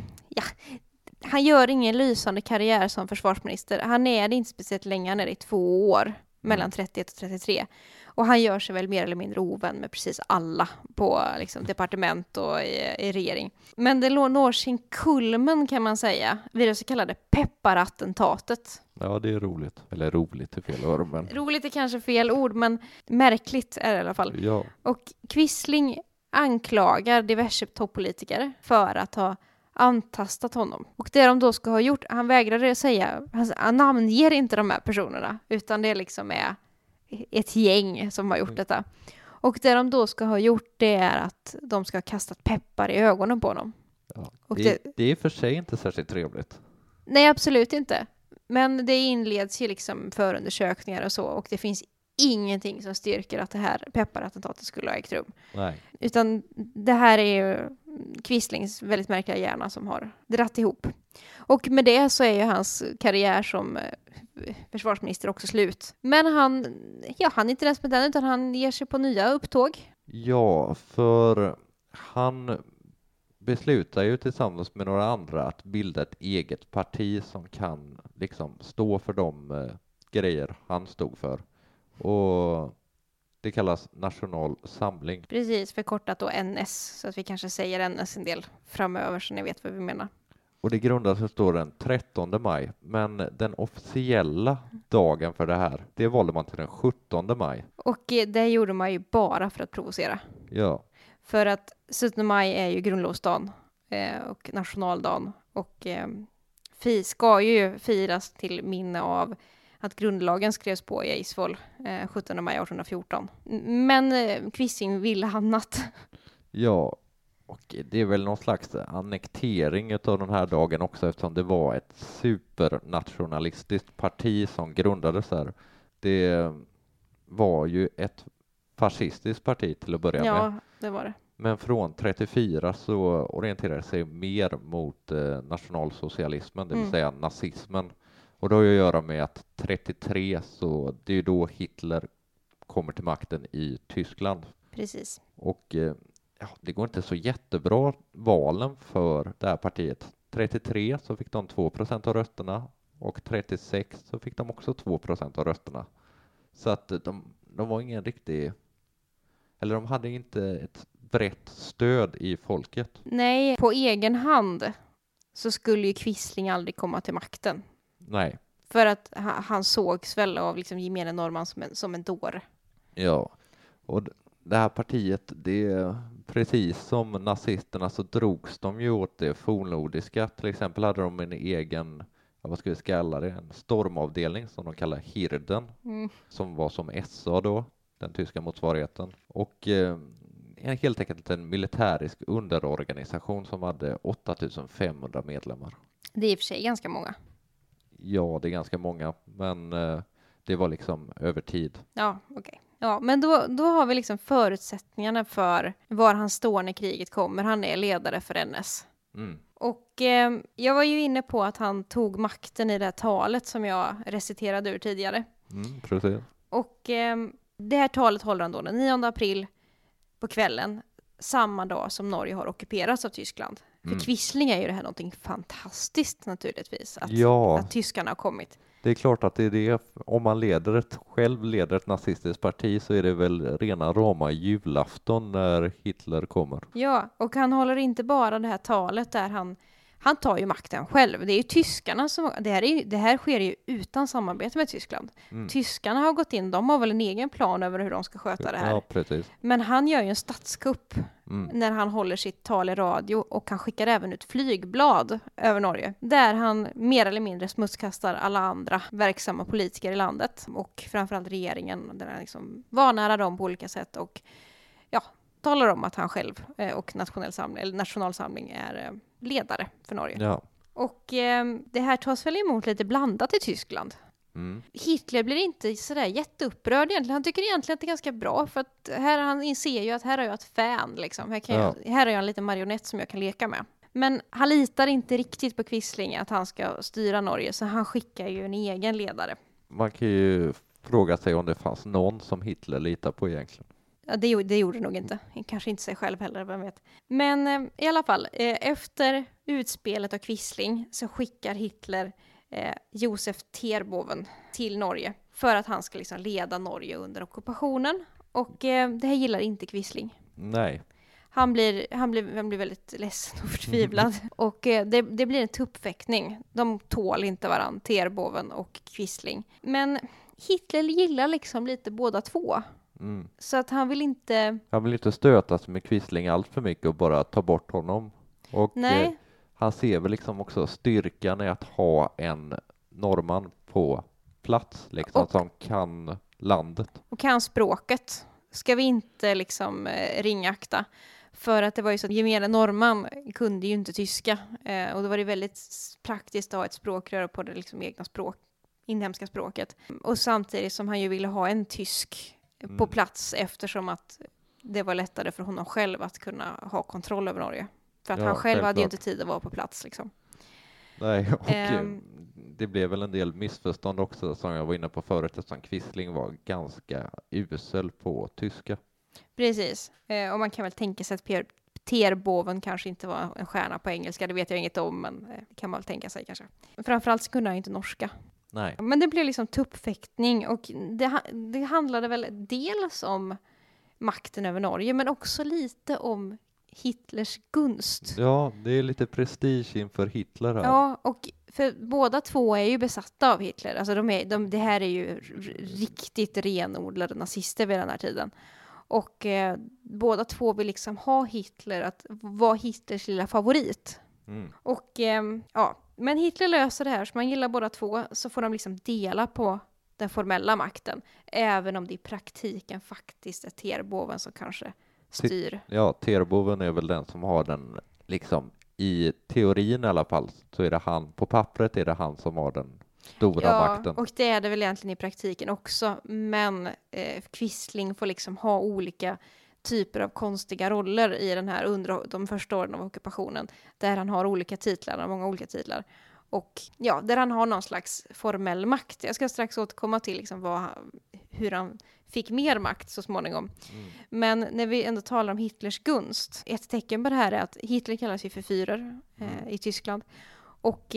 han gör ingen lysande karriär som försvarsminister. Han är det inte speciellt länge, han är det i 2 år. Mellan 31 och 33. Och han gör sig väl mer eller mindre ovän med precis alla på liksom, departement och i regering. Men det når sin kulmen kan man säga vid det så kallade pepparattentatet. Ja, det är roligt. Eller roligt är fel ord, men... Roligt är kanske fel ord, men märkligt är det i alla fall. Ja. Och Quisling anklagar diverse toppolitiker för att ha antastat honom. Och det de då ska ha gjort, han vägrade säga, han namnger inte de här personerna, utan det liksom är ett gäng som har gjort detta. Och det de då ska ha gjort, det är att de ska ha kastat peppar i ögonen på honom. Ja. Och det är i och för sig inte särskilt trevligt. Nej, absolut inte. Men det inleds ju liksom förundersökningar och så, och det finns ingenting som styrker att det här pepparattentatet skulle ha ägt rum. Nej. Utan det här är ju Quislings väldigt märkliga hjärna som har dratt ihop. Och med det så är ju hans karriär som försvarsminister också slut. Men han är inte ens med den utan han ger sig på nya upptåg. Ja, för han beslutar ju tillsammans med några andra att bilda ett eget parti som kan liksom stå för de grejer han stod för. Och det kallas National Samling. Precis, förkortat då NS, så att vi kanske säger NS en del framöver så ni vet vad vi menar. Och det grundades då den 13 maj, men den officiella dagen för det här, det valde man till den 17 maj. Och det gjorde man ju bara för att provocera. Ja, För att 17 maj är ju grundlovsdagen och nationaldagen och ska ju firas till minne av att grundlagen skrevs på i Eidsvoll 17 maj 1814. Men Quisling ville annat. ja, och det är väl någon slags annektering av den här dagen också eftersom det var ett supernationalistiskt parti som grundades här. Det var ju ett fascistiskt parti till att börja med. Ja, det var det. Men från 34 så orienterade det sig mer mot nationalsocialismen, det vill säga nazismen. Och det har ju att göra med att 33 så det är ju då Hitler kommer till makten i Tyskland. Precis. Och det går inte så jättebra valen för det här partiet. 33 så fick de 2% av rösterna och 36 så fick de också 2% av rösterna. Så att de var ingen riktig, eller de hade inte ett brett stöd i folket. Nej, på egen hand så skulle ju Quisling aldrig komma till makten. Nej. För att han sågs väl av liksom gemene norrman som en dåre. Ja, och det här partiet, det precis som nazisterna så drogs de ju åt det fornnordiska. Till exempel hade de en egen, vad ska vi kalla det, en stormavdelning som de kallar Hirden, som var som SA då, den tyska motsvarigheten. Och helt enkelt en militärisk underorganisation som hade 8500 medlemmar. Det är i och för sig ganska många. Ja, det är ganska många, men det var liksom över tid. Ja, okej. Ja, men då har vi liksom förutsättningarna för var han står när kriget kommer. Han är ledare för NS. Och jag var ju inne på att han tog makten i det här talet som jag reciterade ur tidigare. Precis. Och det här talet håller han då den 9 april på kvällen, samma dag som Norge har ockuperats av Tyskland. För Quisling är ju det här någonting fantastiskt naturligtvis, att tyskarna har kommit. Det är klart att det är det, om man själv leder ett nazistiskt parti så är det väl rena rama julafton när Hitler kommer. Ja, och han håller inte bara det här talet där han tar ju makten själv. Det är ju tyskarna som, det här sker ju utan samarbete med Tyskland. Tyskarna har gått in, de har väl en egen plan över hur de ska sköta det här. Ja, precis. Men han gör ju en statskupp när han håller sitt tal i radio och han skickar även ut flygblad över Norge där han mer eller mindre smutskastar alla andra verksamma politiker i landet och framförallt regeringen där han liksom vanärar dem på olika sätt och talar om att han själv och nationalsamling är ledare för Norge. Ja. Och det här tas väl emot lite blandat i Tyskland. Hitler blir inte sådär jätteupprörd egentligen. Han tycker egentligen att det är ganska bra för att han inser ju att här har jag ett fan liksom. Här har jag en liten marionett som jag kan leka med. Men han litar inte riktigt på Quisling att han ska styra Norge så han skickar ju en egen ledare. Man kan ju fråga sig om det fanns någon som Hitler litar på egentligen. Ja, det gjorde nog inte. Kanske inte sig själv heller, vem vet. Men i alla fall, efter utspelet av Quisling så skickar Hitler Josef Terboven till Norge för att han ska liksom leda Norge under ockupationen. Och det här gillar inte Quisling. Nej. Han blir väldigt ledsen och förtvivlad. Och det blir en tuppfäktning. De tål inte varann, Terboven och Quisling. Men Hitler gillar liksom lite båda två. Så att han vill inte stötas med Quisling allt för mycket och bara ta bort honom. Och nej. Han ser väl liksom också styrkan i att ha en norrman på plats liksom, som kan landet. Och kan språket. Ska vi inte liksom ringakta. För att det var ju så att gemene norrman kunde ju inte tyska. Och då var det väldigt praktiskt att ha ett språkrör på det liksom egna inhemska språket. Och samtidigt som han ju ville ha en tysk på plats eftersom att det var lättare för honom själv att kunna ha kontroll över Norge. För att han själv hade ju inte tid att vara på plats liksom. Nej, och det blev väl en del missförstånd också som jag var inne på förut eftersom Quisling var ganska usel på tyska. Precis, och man kan väl tänka sig att Terboven kanske inte var en stjärna på engelska, det vet jag inget om, men det kan man väl tänka sig kanske. Framförallt så kunde han inte norska. Nej. Men det blev liksom tuppfäktning och det handlade väl dels om makten över Norge men också lite om Hitlers gunst. Ja, det är lite prestige inför Hitler här. Ja, och för båda två är ju besatta av Hitler. Alltså det här är ju riktigt renodlade nazister vid den här tiden. Och båda två vill liksom ha Hitler att vara Hitlers lilla favorit. Mm. Och ja, men Hitler löser det här, så man gillar båda två, så får de liksom dela på den formella makten, även om det i praktiken faktiskt är Terboven som kanske styr. Ja, Terboven är väl den som har den, liksom i teorin i alla fall, så är det han, på pappret är det han som har den stora makten. Och det är det väl egentligen i praktiken också, men Quisling får liksom ha olika typer av konstiga roller i den här under de första åren av ockupationen, där han har olika titlar, många olika titlar. Och ja, där han har någon slags formell makt. Jag ska strax återkomma till liksom hur han fick mer makt så småningom. Mm. Men när vi ändå talar om Hitlers gunst, ett tecken på det här är att Hitler kallas ju för Führer i Tyskland. Och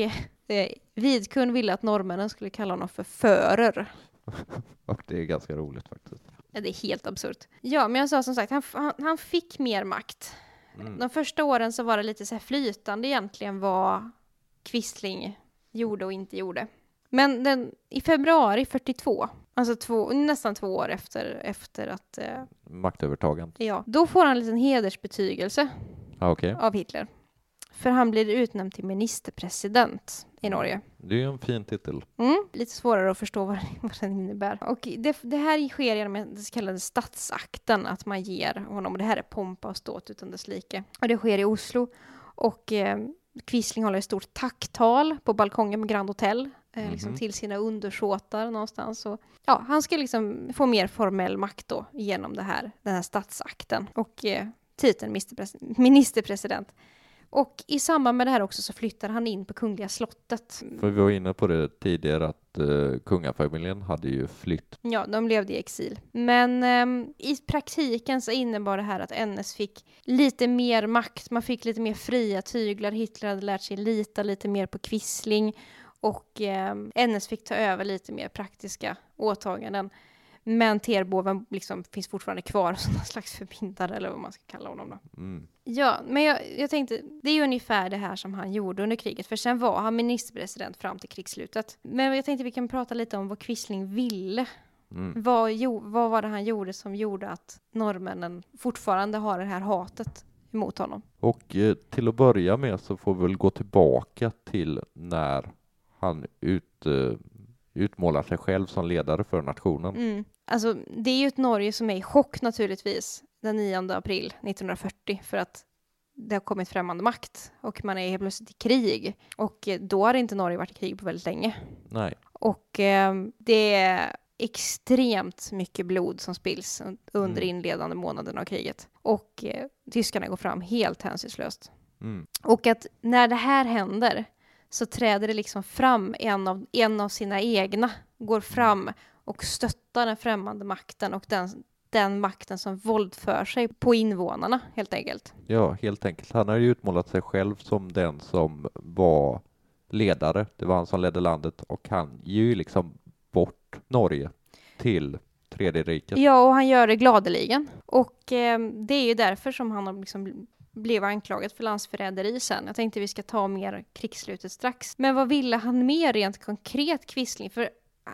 Vidkun ville att norrmännen skulle kalla honom för Führer. Och det är ganska roligt faktiskt. Ja, det är helt absurt. Ja, men jag sa som sagt, han fick mer makt. Mm. De första åren så var det lite så här flytande egentligen vad Quisling gjorde och inte gjorde. Men i februari 42, alltså nästan 2 år efter att... maktövertagande. Ja, då får han en liten hedersbetygelse av Hitler. För han blir utnämnd till ministerpresident i Norge. Det är ju en fin titel. Lite svårare att förstå vad den innebär. Och det här sker genom den så kallade statsakten, att man ger honom, och det här är pompa och ståt utan dess like. Och det sker i Oslo. Och Quisling håller ett stort tacktal på balkongen med Grand Hotel. Liksom till sina undersåtar någonstans. Och, ja, han ska liksom få mer formell makt då genom den här statsakten. Och titeln ministerpresident. Och i samband med det här också så flyttar han in på Kungliga slottet. För vi var inne på det tidigare att kungafamiljen hade ju flytt. Ja, de levde i exil. Men i praktiken så innebar det här att NS fick lite mer makt. Man fick lite mer fria tyglar. Hitler hade lärt sig lita lite mer på Quisling. Och NS fick ta över lite mer praktiska åtaganden. Men Terboven liksom finns fortfarande kvar som någon slags förbindare, eller vad man ska kalla honom då. Mm. Ja, men jag tänkte, det är ju ungefär det här som han gjorde under kriget. För sen var han ministerpresident fram till krigsslutet. Men jag tänkte vi kan prata lite om vad Quisling ville. Mm. Vad var det han gjorde som gjorde att norrmännen fortfarande har det här hatet emot honom? Och till att börja med så får vi väl gå tillbaka till när han utmålar sig själv som ledare för nationen. Mm. Alltså, det är ju ett Norge som är i chock naturligtvis den 9 april 1940 för att det har kommit främmande makt och man är helt plötsligt i krig. Och då har inte Norge varit i krig på väldigt länge. Nej. Och det är extremt mycket blod som spills under inledande månaden av kriget. Och tyskarna går fram helt hänsynslöst. Mm. Och att när det här händer så träder det liksom fram en av sina egna, går fram och stöttar den främmande makten och den makten som våldför sig på invånarna, helt enkelt. Ja, helt enkelt. Han har ju utmålat sig själv som den som var ledare. Det var han som ledde landet och han ger ju liksom bort Norge till Tredje riket. Ja, och han gör det gladeligen. Och det är ju därför som han har liksom blev anklagad för landsförräderi sen. Jag tänkte vi ska ta mer krigsslutet strax. Men vad ville han mer rent konkret, Quisling? För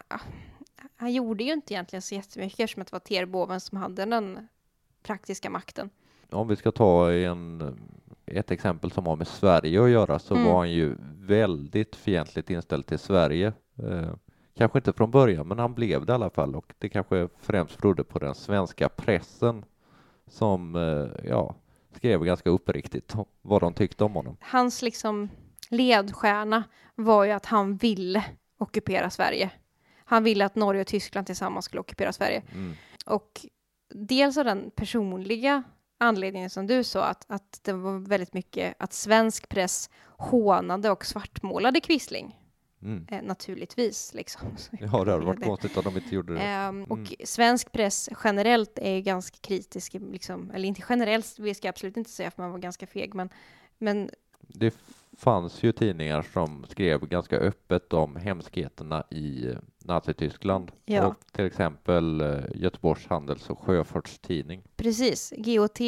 han gjorde ju inte egentligen så jättemycket eftersom det var Terboven som hade den praktiska makten. Om vi ska ta ett exempel som har med Sverige att göra så var han ju väldigt fientligt inställd till Sverige. Kanske inte från början, men han blev det i alla fall. Och det kanske främst berodde på den svenska pressen som skrev ganska uppriktigt vad de tyckte om honom. Hans liksom ledstjärna var ju att han ville ockupera Sverige. Han ville att Norge och Tyskland tillsammans skulle ockupera Sverige. Mm. Och dels av den personliga anledningen som du sa att det var väldigt mycket att svensk press hånade och svartmålade Quisling. Naturligtvis liksom. Ja, det hade varit konstigt om de inte gjorde det. Och svensk press generellt är ju ganska kritisk liksom, eller inte generellt, vi ska absolut inte säga för man var ganska feg, men det fanns ju tidningar som skrev ganska öppet om hemskheterna i Nazityskland. Ja. Och till exempel Göteborgs Handels- och Sjöfartstidning. Precis. GOT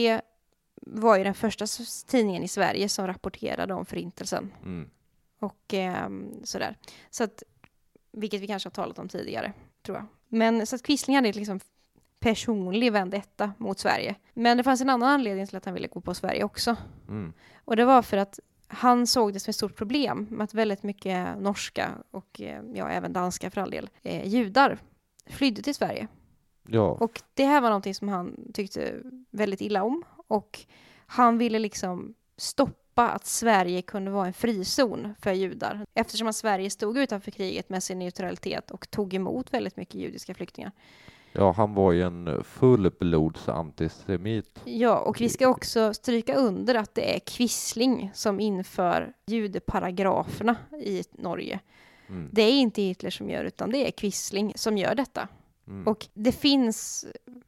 var ju den första tidningen i Sverige som rapporterade om förintelsen. Mm. Och sådär. Så att, vilket vi kanske har talat om tidigare, tror jag. Men så att Quisling hade liksom personlig vendetta mot Sverige. Men det fanns en annan anledning till att han ville gå på Sverige också. Mm. Och det var för att han såg det som ett stort problem med att väldigt mycket norska och även danska för all del judar flydde till Sverige. Ja. Och det här var någonting som han tyckte väldigt illa om. Och han ville liksom stoppa att Sverige kunde vara en frizon för judar. Eftersom att Sverige stod utanför kriget med sin neutralitet och tog emot väldigt mycket judiska flyktingar. Ja, han var ju en fullblods antisemit. Ja, och vi ska också stryka under att det är Quisling som inför judeparagraferna i Norge. Mm. Det är inte Hitler som gör, utan det är Quisling som gör detta. Mm. Och det finns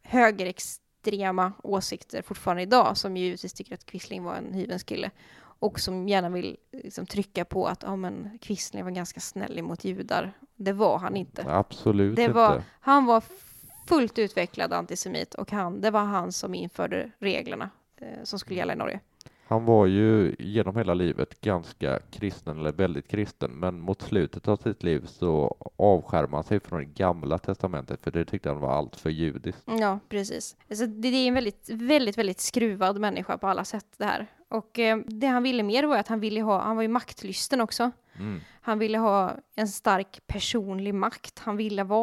högerextrema åsikter fortfarande idag som givetvis tycker att Quisling var en hyvens kille. Och som gärna vill liksom trycka på att men Quisling var ganska snäll mot judar. Det var han inte. Absolut Det inte. Han var fullt utvecklad antisemit och det var han som införde reglerna som skulle gälla i Norge. Han var ju genom hela livet ganska kristen, eller väldigt kristen, men mot slutet av sitt liv så avskärmade han sig från det gamla testamentet, för det tyckte han var allt för judiskt. Ja, precis. Alltså, det är en väldigt, väldigt, väldigt skruvad människa på alla sätt det här. Och det han ville mer var att han var ju maktlysten också. Mm. Han ville ha en stark personlig makt. Han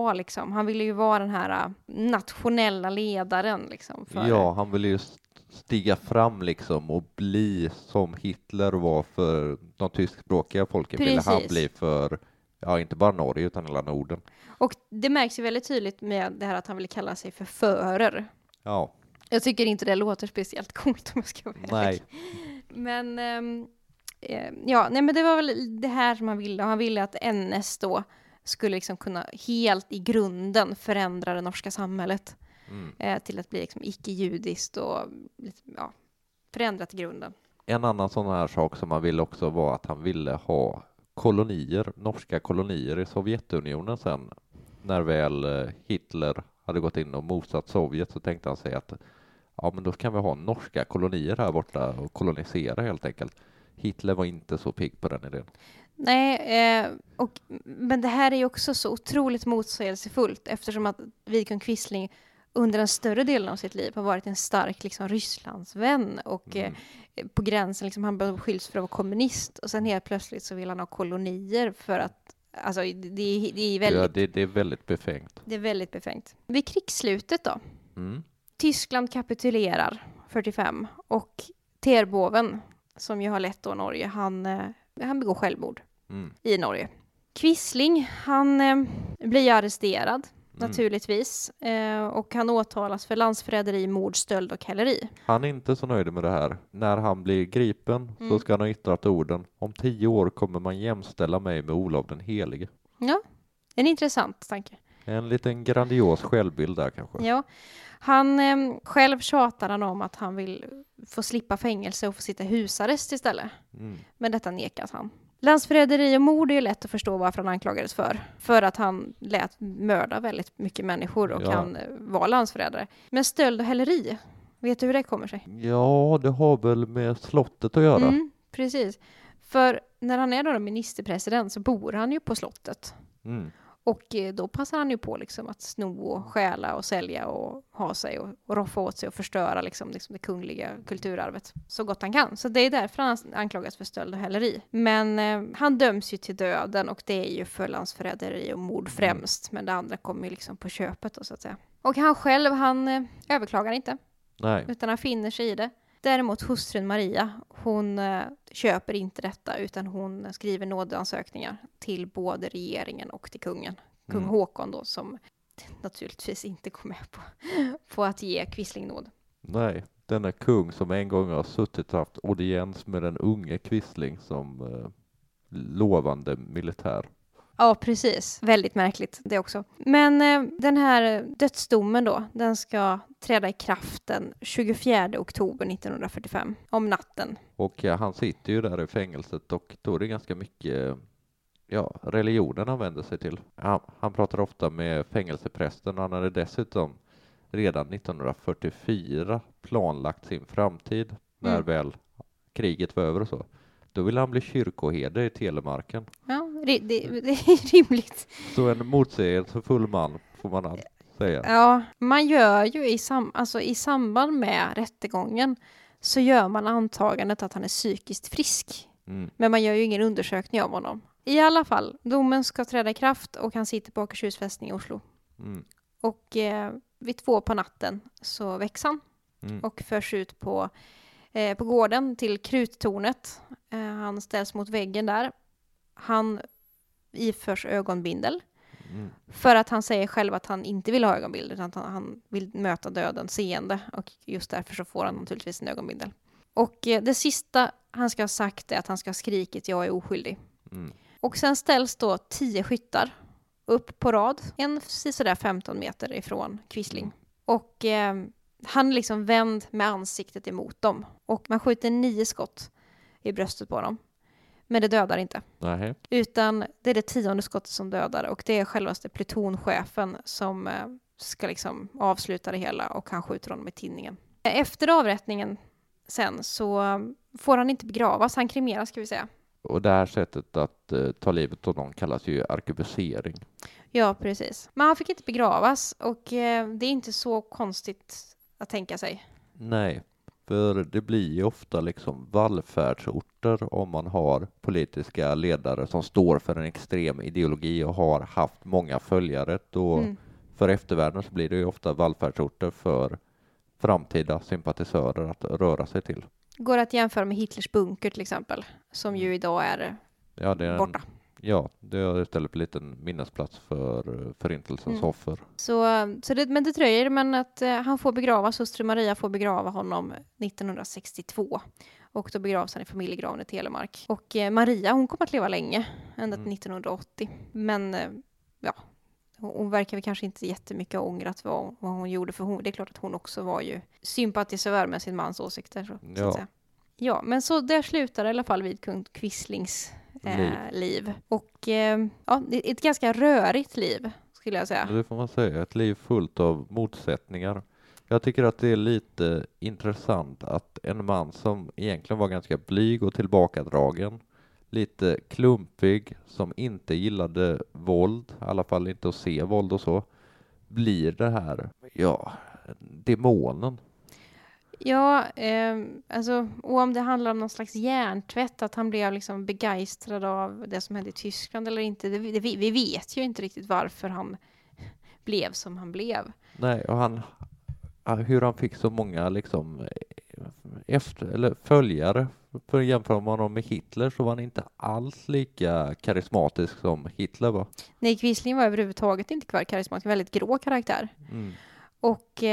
ville ju vara den här nationella ledaren liksom. Ja, han ville ju stiga fram liksom och bli som Hitler var för de tyskspråkiga folken. Ville han bli för, inte bara Norge utan hela Norden. Och det märks ju väldigt tydligt med det här att han ville kalla sig för Führer. Ja. Jag tycker inte det låter speciellt coolt om jag ska vara ärlig. Men men det var väl det här som han ville. Han ville att NS då skulle liksom kunna helt i grunden förändra det norska samhället till att bli liksom icke-judiskt och förändrat i grunden. En annan sån här sak som han ville också var att han ville ha norska kolonier i Sovjetunionen sen. När väl Hitler hade gått in och motsatt Sovjet, så tänkte han sig att men då kan vi ha norska kolonier här borta och kolonisera helt enkelt. Hitler var inte så pigg på den idén. Nej, men det här är ju också så otroligt motsägelsefullt eftersom att Vidkun Quisling under en större delen av sitt liv har varit en stark liksom, Rysslandsvän och på gränsen liksom, han beskylls för att vara kommunist och sen helt plötsligt så vill han ha kolonier för att alltså, det är väldigt... det är väldigt befängt. Det är väldigt befängt. Vid krigsslutet då? Mm. Tyskland kapitulerar 45 och Terboven, som ju har lett då Norge, han begår självmord i Norge. Quisling, han blir arresterad naturligtvis och han åtalas för landsförräderi, mord, stöld och häleri. Han är inte så nöjd med det här. När han blir gripen så ska han ha yttrat orden: om 10 år kommer man jämställa mig med Olof den helige. Ja, en intressant tanke. En liten grandios självbild där kanske. Ja, han själv tjatar han om att han vill få slippa fängelse och få sitta i husarrest istället. Men detta nekas han. Landsförräderi och mord är ju lätt att förstå varför han anklagades för. För att han lät mörda väldigt mycket människor och han var landsförrädare. Men stöld och häleri, vet du hur det kommer sig? Ja, det har väl med slottet att göra. Precis. För när han är då ministerpresident så bor han ju på slottet. Och då passar han ju på liksom att sno och stjäla och sälja och ha sig och roffa åt sig och förstöra liksom det kungliga kulturarvet så gott han kan. Så det är därför han anklagas för stöld och häleri. Men han döms ju till döden och det är ju för landsförräderi och mord främst. Men det andra kommer ju liksom på köpet då, så att säga. Och han själv, han överklagar inte. Nej. Utan han finner sig i det. Däremot hustrun Maria, hon köper inte detta utan hon skriver nådeansökningar till både regeringen och till kungen. Kung Håkon då, som naturligtvis inte går med på att ge Quisling nåd. Nej, denna kung som en gång har suttit och haft audiens med den unge Quisling som lovande militär. Ja, precis. Väldigt märkligt det också. Men den här dödsdomen då, den ska träda i kraft den 24 oktober 1945, om natten. Och han sitter ju där i fängelset och då är det ganska mycket religionen han vänder sig till. Han pratar ofta med fängelseprästen och han hade dessutom redan 1944 planlagt sin framtid när väl kriget var över och så. Då ville han bli kyrkoherde i Telemarken. Ja, det är rimligt. Så en motsägelsefull man får man säga. Ja, man gör ju i samband med rättegången så gör man antagandet att han är psykiskt frisk. Men man gör ju ingen undersökning av honom. I alla fall, domen ska träda i kraft och han sitter på Akershus fästning i Oslo. Och vid 2 på natten så väcks han och förs ut på gården till Kruttornet. Han ställs mot väggen där. Han iförs ögonbindel. För att han säger själv att han inte vill ha ögonbindel utan att han vill möta döden seende. Och just därför så får han naturligtvis en ögonbindel. Och det sista han ska ha sagt är att han ska ha skrikit jag är oskyldig. Och sen ställs då 10 skyttar upp på rad. En sådär 15 meter ifrån Quisling. Och han liksom vänd med ansiktet emot dem. Och man skjuter 9 skott i bröstet på dem. Men det dödar inte. Nej. Utan det är det 10:e skottet som dödar. Och det är självaste plutonchefen som ska liksom avsluta det hela. Och han skjuter honom i tinningen. Efter avrättningen sen så får han inte begravas. Han kremeras ska vi säga. Och det här sättet att ta livet av någon kallas ju arkebusering. Ja, precis. Men han fick inte begravas. Och det är inte så konstigt att tänka sig. Nej, för det blir ju ofta liksom vallfärdsorter om man har politiska ledare som står för en extrem ideologi och har haft många följare. Då för eftervärlden så blir det ju ofta vallfärdsorter för framtida sympatisörer att röra sig till. Går att jämföra med Hitlers bunker till exempel, som ju idag är, borta. Det är istället en liten minnesplats för förintelsens offer. Men det dröjer, men att han får begravas, hustru Maria får begrava honom 1962. Och då begravs han i familjegraven i Telemark. Och Maria, hon kommer att leva länge, ända till 1980. Men hon verkar väl kanske inte jättemycket ha ångrat vad hon gjorde. För det är klart att hon också var ju sympatisör med sin mans åsikter. Så att säga. Ja, men så där slutar i alla fall vid kung Quislings liv. Och det är ett ganska rörigt liv skulle jag säga. Det får man säga, ett liv fullt av motsättningar. Jag tycker att det är lite intressant att en man som egentligen var ganska blyg och tillbakadragen, lite klumpig, som inte gillade våld, i alla fall inte att se våld och så, blir det här, demonen. Ja, och om det handlar om någon slags hjärntvätt, att han blev liksom begeistrad av det som hände i Tyskland eller inte, vi vet ju inte riktigt varför han blev som han blev. Nej, och hur han fick så många liksom följare. För att jämföra med honom med Hitler så var han inte alls lika karismatisk som Hitler var. Nej, Quisling var överhuvudtaget inte karismatisk, väldigt grå karaktär. Och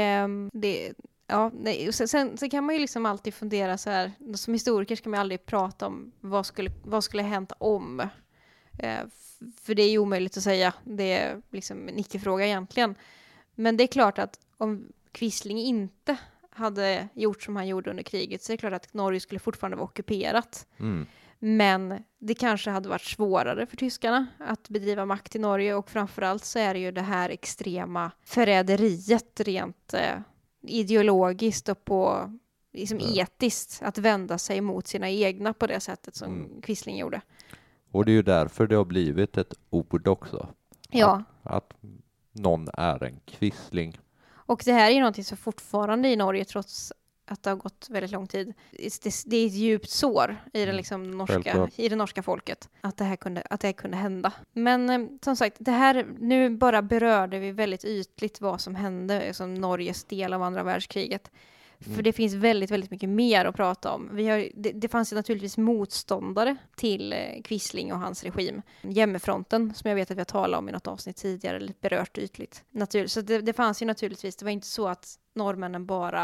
sen kan man ju liksom alltid fundera så här, som historiker ska man aldrig prata om vad skulle hänt om. För det är ju omöjligt att säga, det är liksom en icke-fråga egentligen. Men det är klart att om Quisling inte hade gjort som han gjorde under kriget så är det klart att Norge skulle fortfarande vara ockuperat. Men det kanske hade varit svårare för tyskarna att bedriva makt i Norge, och framförallt så är det ju det här extrema förräderiet rent ideologiskt och på liksom etiskt, att vända sig mot sina egna på det sättet som Quisling gjorde. Och det är ju därför det har blivit ett ord också. Ja. Att någon är en Quisling. Och det här är ju någonting som fortfarande i Norge, trots att det har gått väldigt lång tid, det är ett djupt sår i det, liksom i det norska folket att det här kunde hända. Men som sagt, det här, nu bara berörde vi väldigt ytligt vad som hände som Norges del av andra världskriget. För det finns väldigt, väldigt mycket mer att prata om. Det fanns ju naturligtvis motståndare till Quisling och hans regim. Jämmefronten, som jag vet att vi har talat om i något avsnitt tidigare, eller berört ytligt. Så det fanns ju naturligtvis, det var inte så att norrmännen bara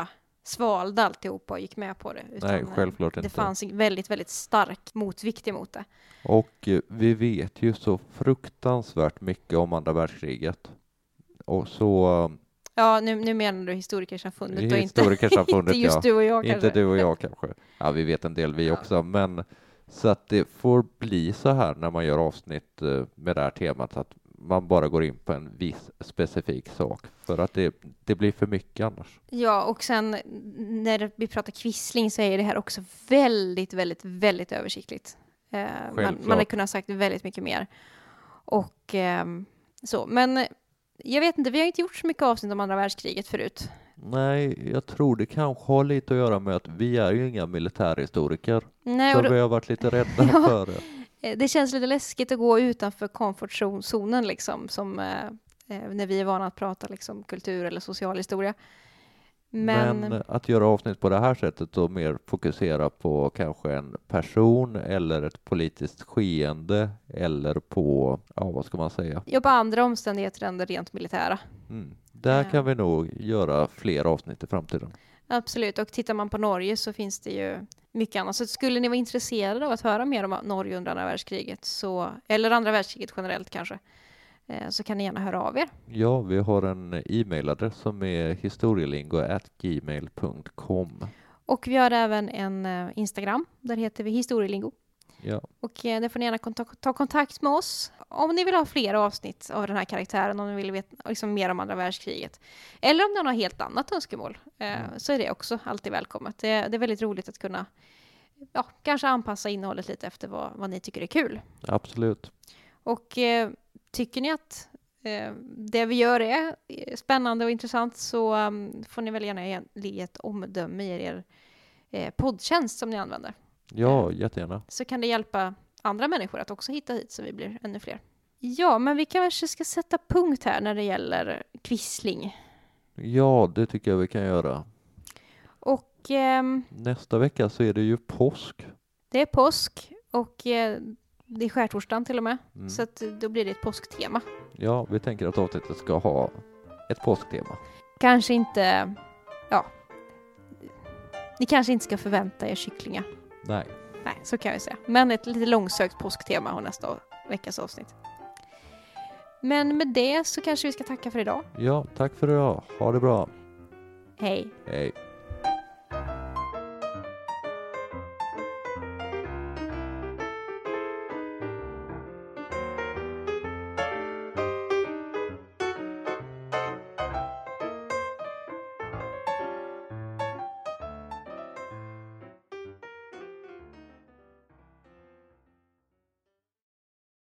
svalde alltihopa och gick med på det. Nej, självklart det inte. fanns en väldigt, väldigt stark motvikt emot det. Och vi vet ju så fruktansvärt mycket om andra världskriget. Och så... Ja, nu menar du historikersamfundet och Historikersamfundet, inte just du och jag kanske. Inte du och jag kanske. Ja, vi vet en del vi också, men så att det får bli så här när man gör avsnitt med det här temat att man bara går in på en viss specifik sak för att det blir för mycket annars. Ja, och sen när vi pratar Quisling så är det här också väldigt, väldigt, väldigt översiktligt. Man hade kunnat sagt väldigt mycket mer. Och så, men jag vet inte, vi har inte gjort så mycket avsnitt om andra världskriget förut. Nej, jag tror det kanske har lite att göra med att vi är ju inga militärhistoriker. Nej, så vi har varit lite rädda för det. Det känns lite läskigt att gå utanför komfortzonen liksom, som när vi är vana att prata liksom, kultur eller social historia. Men att göra avsnitt på det här sättet och mer fokusera på kanske en person eller ett politiskt skeende eller på, ja vad ska man säga? Ja, på andra omständigheter än det rent militära. Där kan vi nog göra fler avsnitt i framtiden. Absolut, och tittar man på Norge så finns det ju mycket annat. Så skulle ni vara intresserade av att höra mer om Norge under andra världskriget, eller andra världskriget generellt kanske, så kan ni gärna höra av er. Ja, vi har en e-mailadress som är historielingo@gmail.com. Och vi har även en Instagram, där heter vi historielingo. Ja. Och där får ni gärna ta kontakt med oss om ni vill ha fler avsnitt av den här karaktären, om ni vill veta liksom mer om andra världskriget. Eller om ni har helt annat önskemål, så är det också alltid välkommet. Det är väldigt roligt att kunna kanske anpassa innehållet lite efter vad ni tycker är kul. Absolut. Och tycker ni att det vi gör är spännande och intressant, så får ni väl gärna ge ett omdöme i er poddtjänst som ni använder. Ja, jättegärna. Så kan det hjälpa andra människor att också hitta hit så vi blir ännu fler. Ja, men vi kanske ska sätta punkt här när det gäller Quisling. Ja, det tycker jag vi kan göra. Och nästa vecka så är det ju påsk. Det är påsk och det är skärtorsdagen till och med. Så att då blir det ett påsktema. Ja, vi tänker att avsnittet ska ha ett påsktema. Kanske inte, ni kanske inte ska förvänta er kycklingar. Nej, så kan jag säga. Men ett lite långsökt påsktema har nästa veckas avsnitt. Men med det så kanske vi ska tacka för idag. Ja, tack för idag. Ha det bra. Hej. Hej.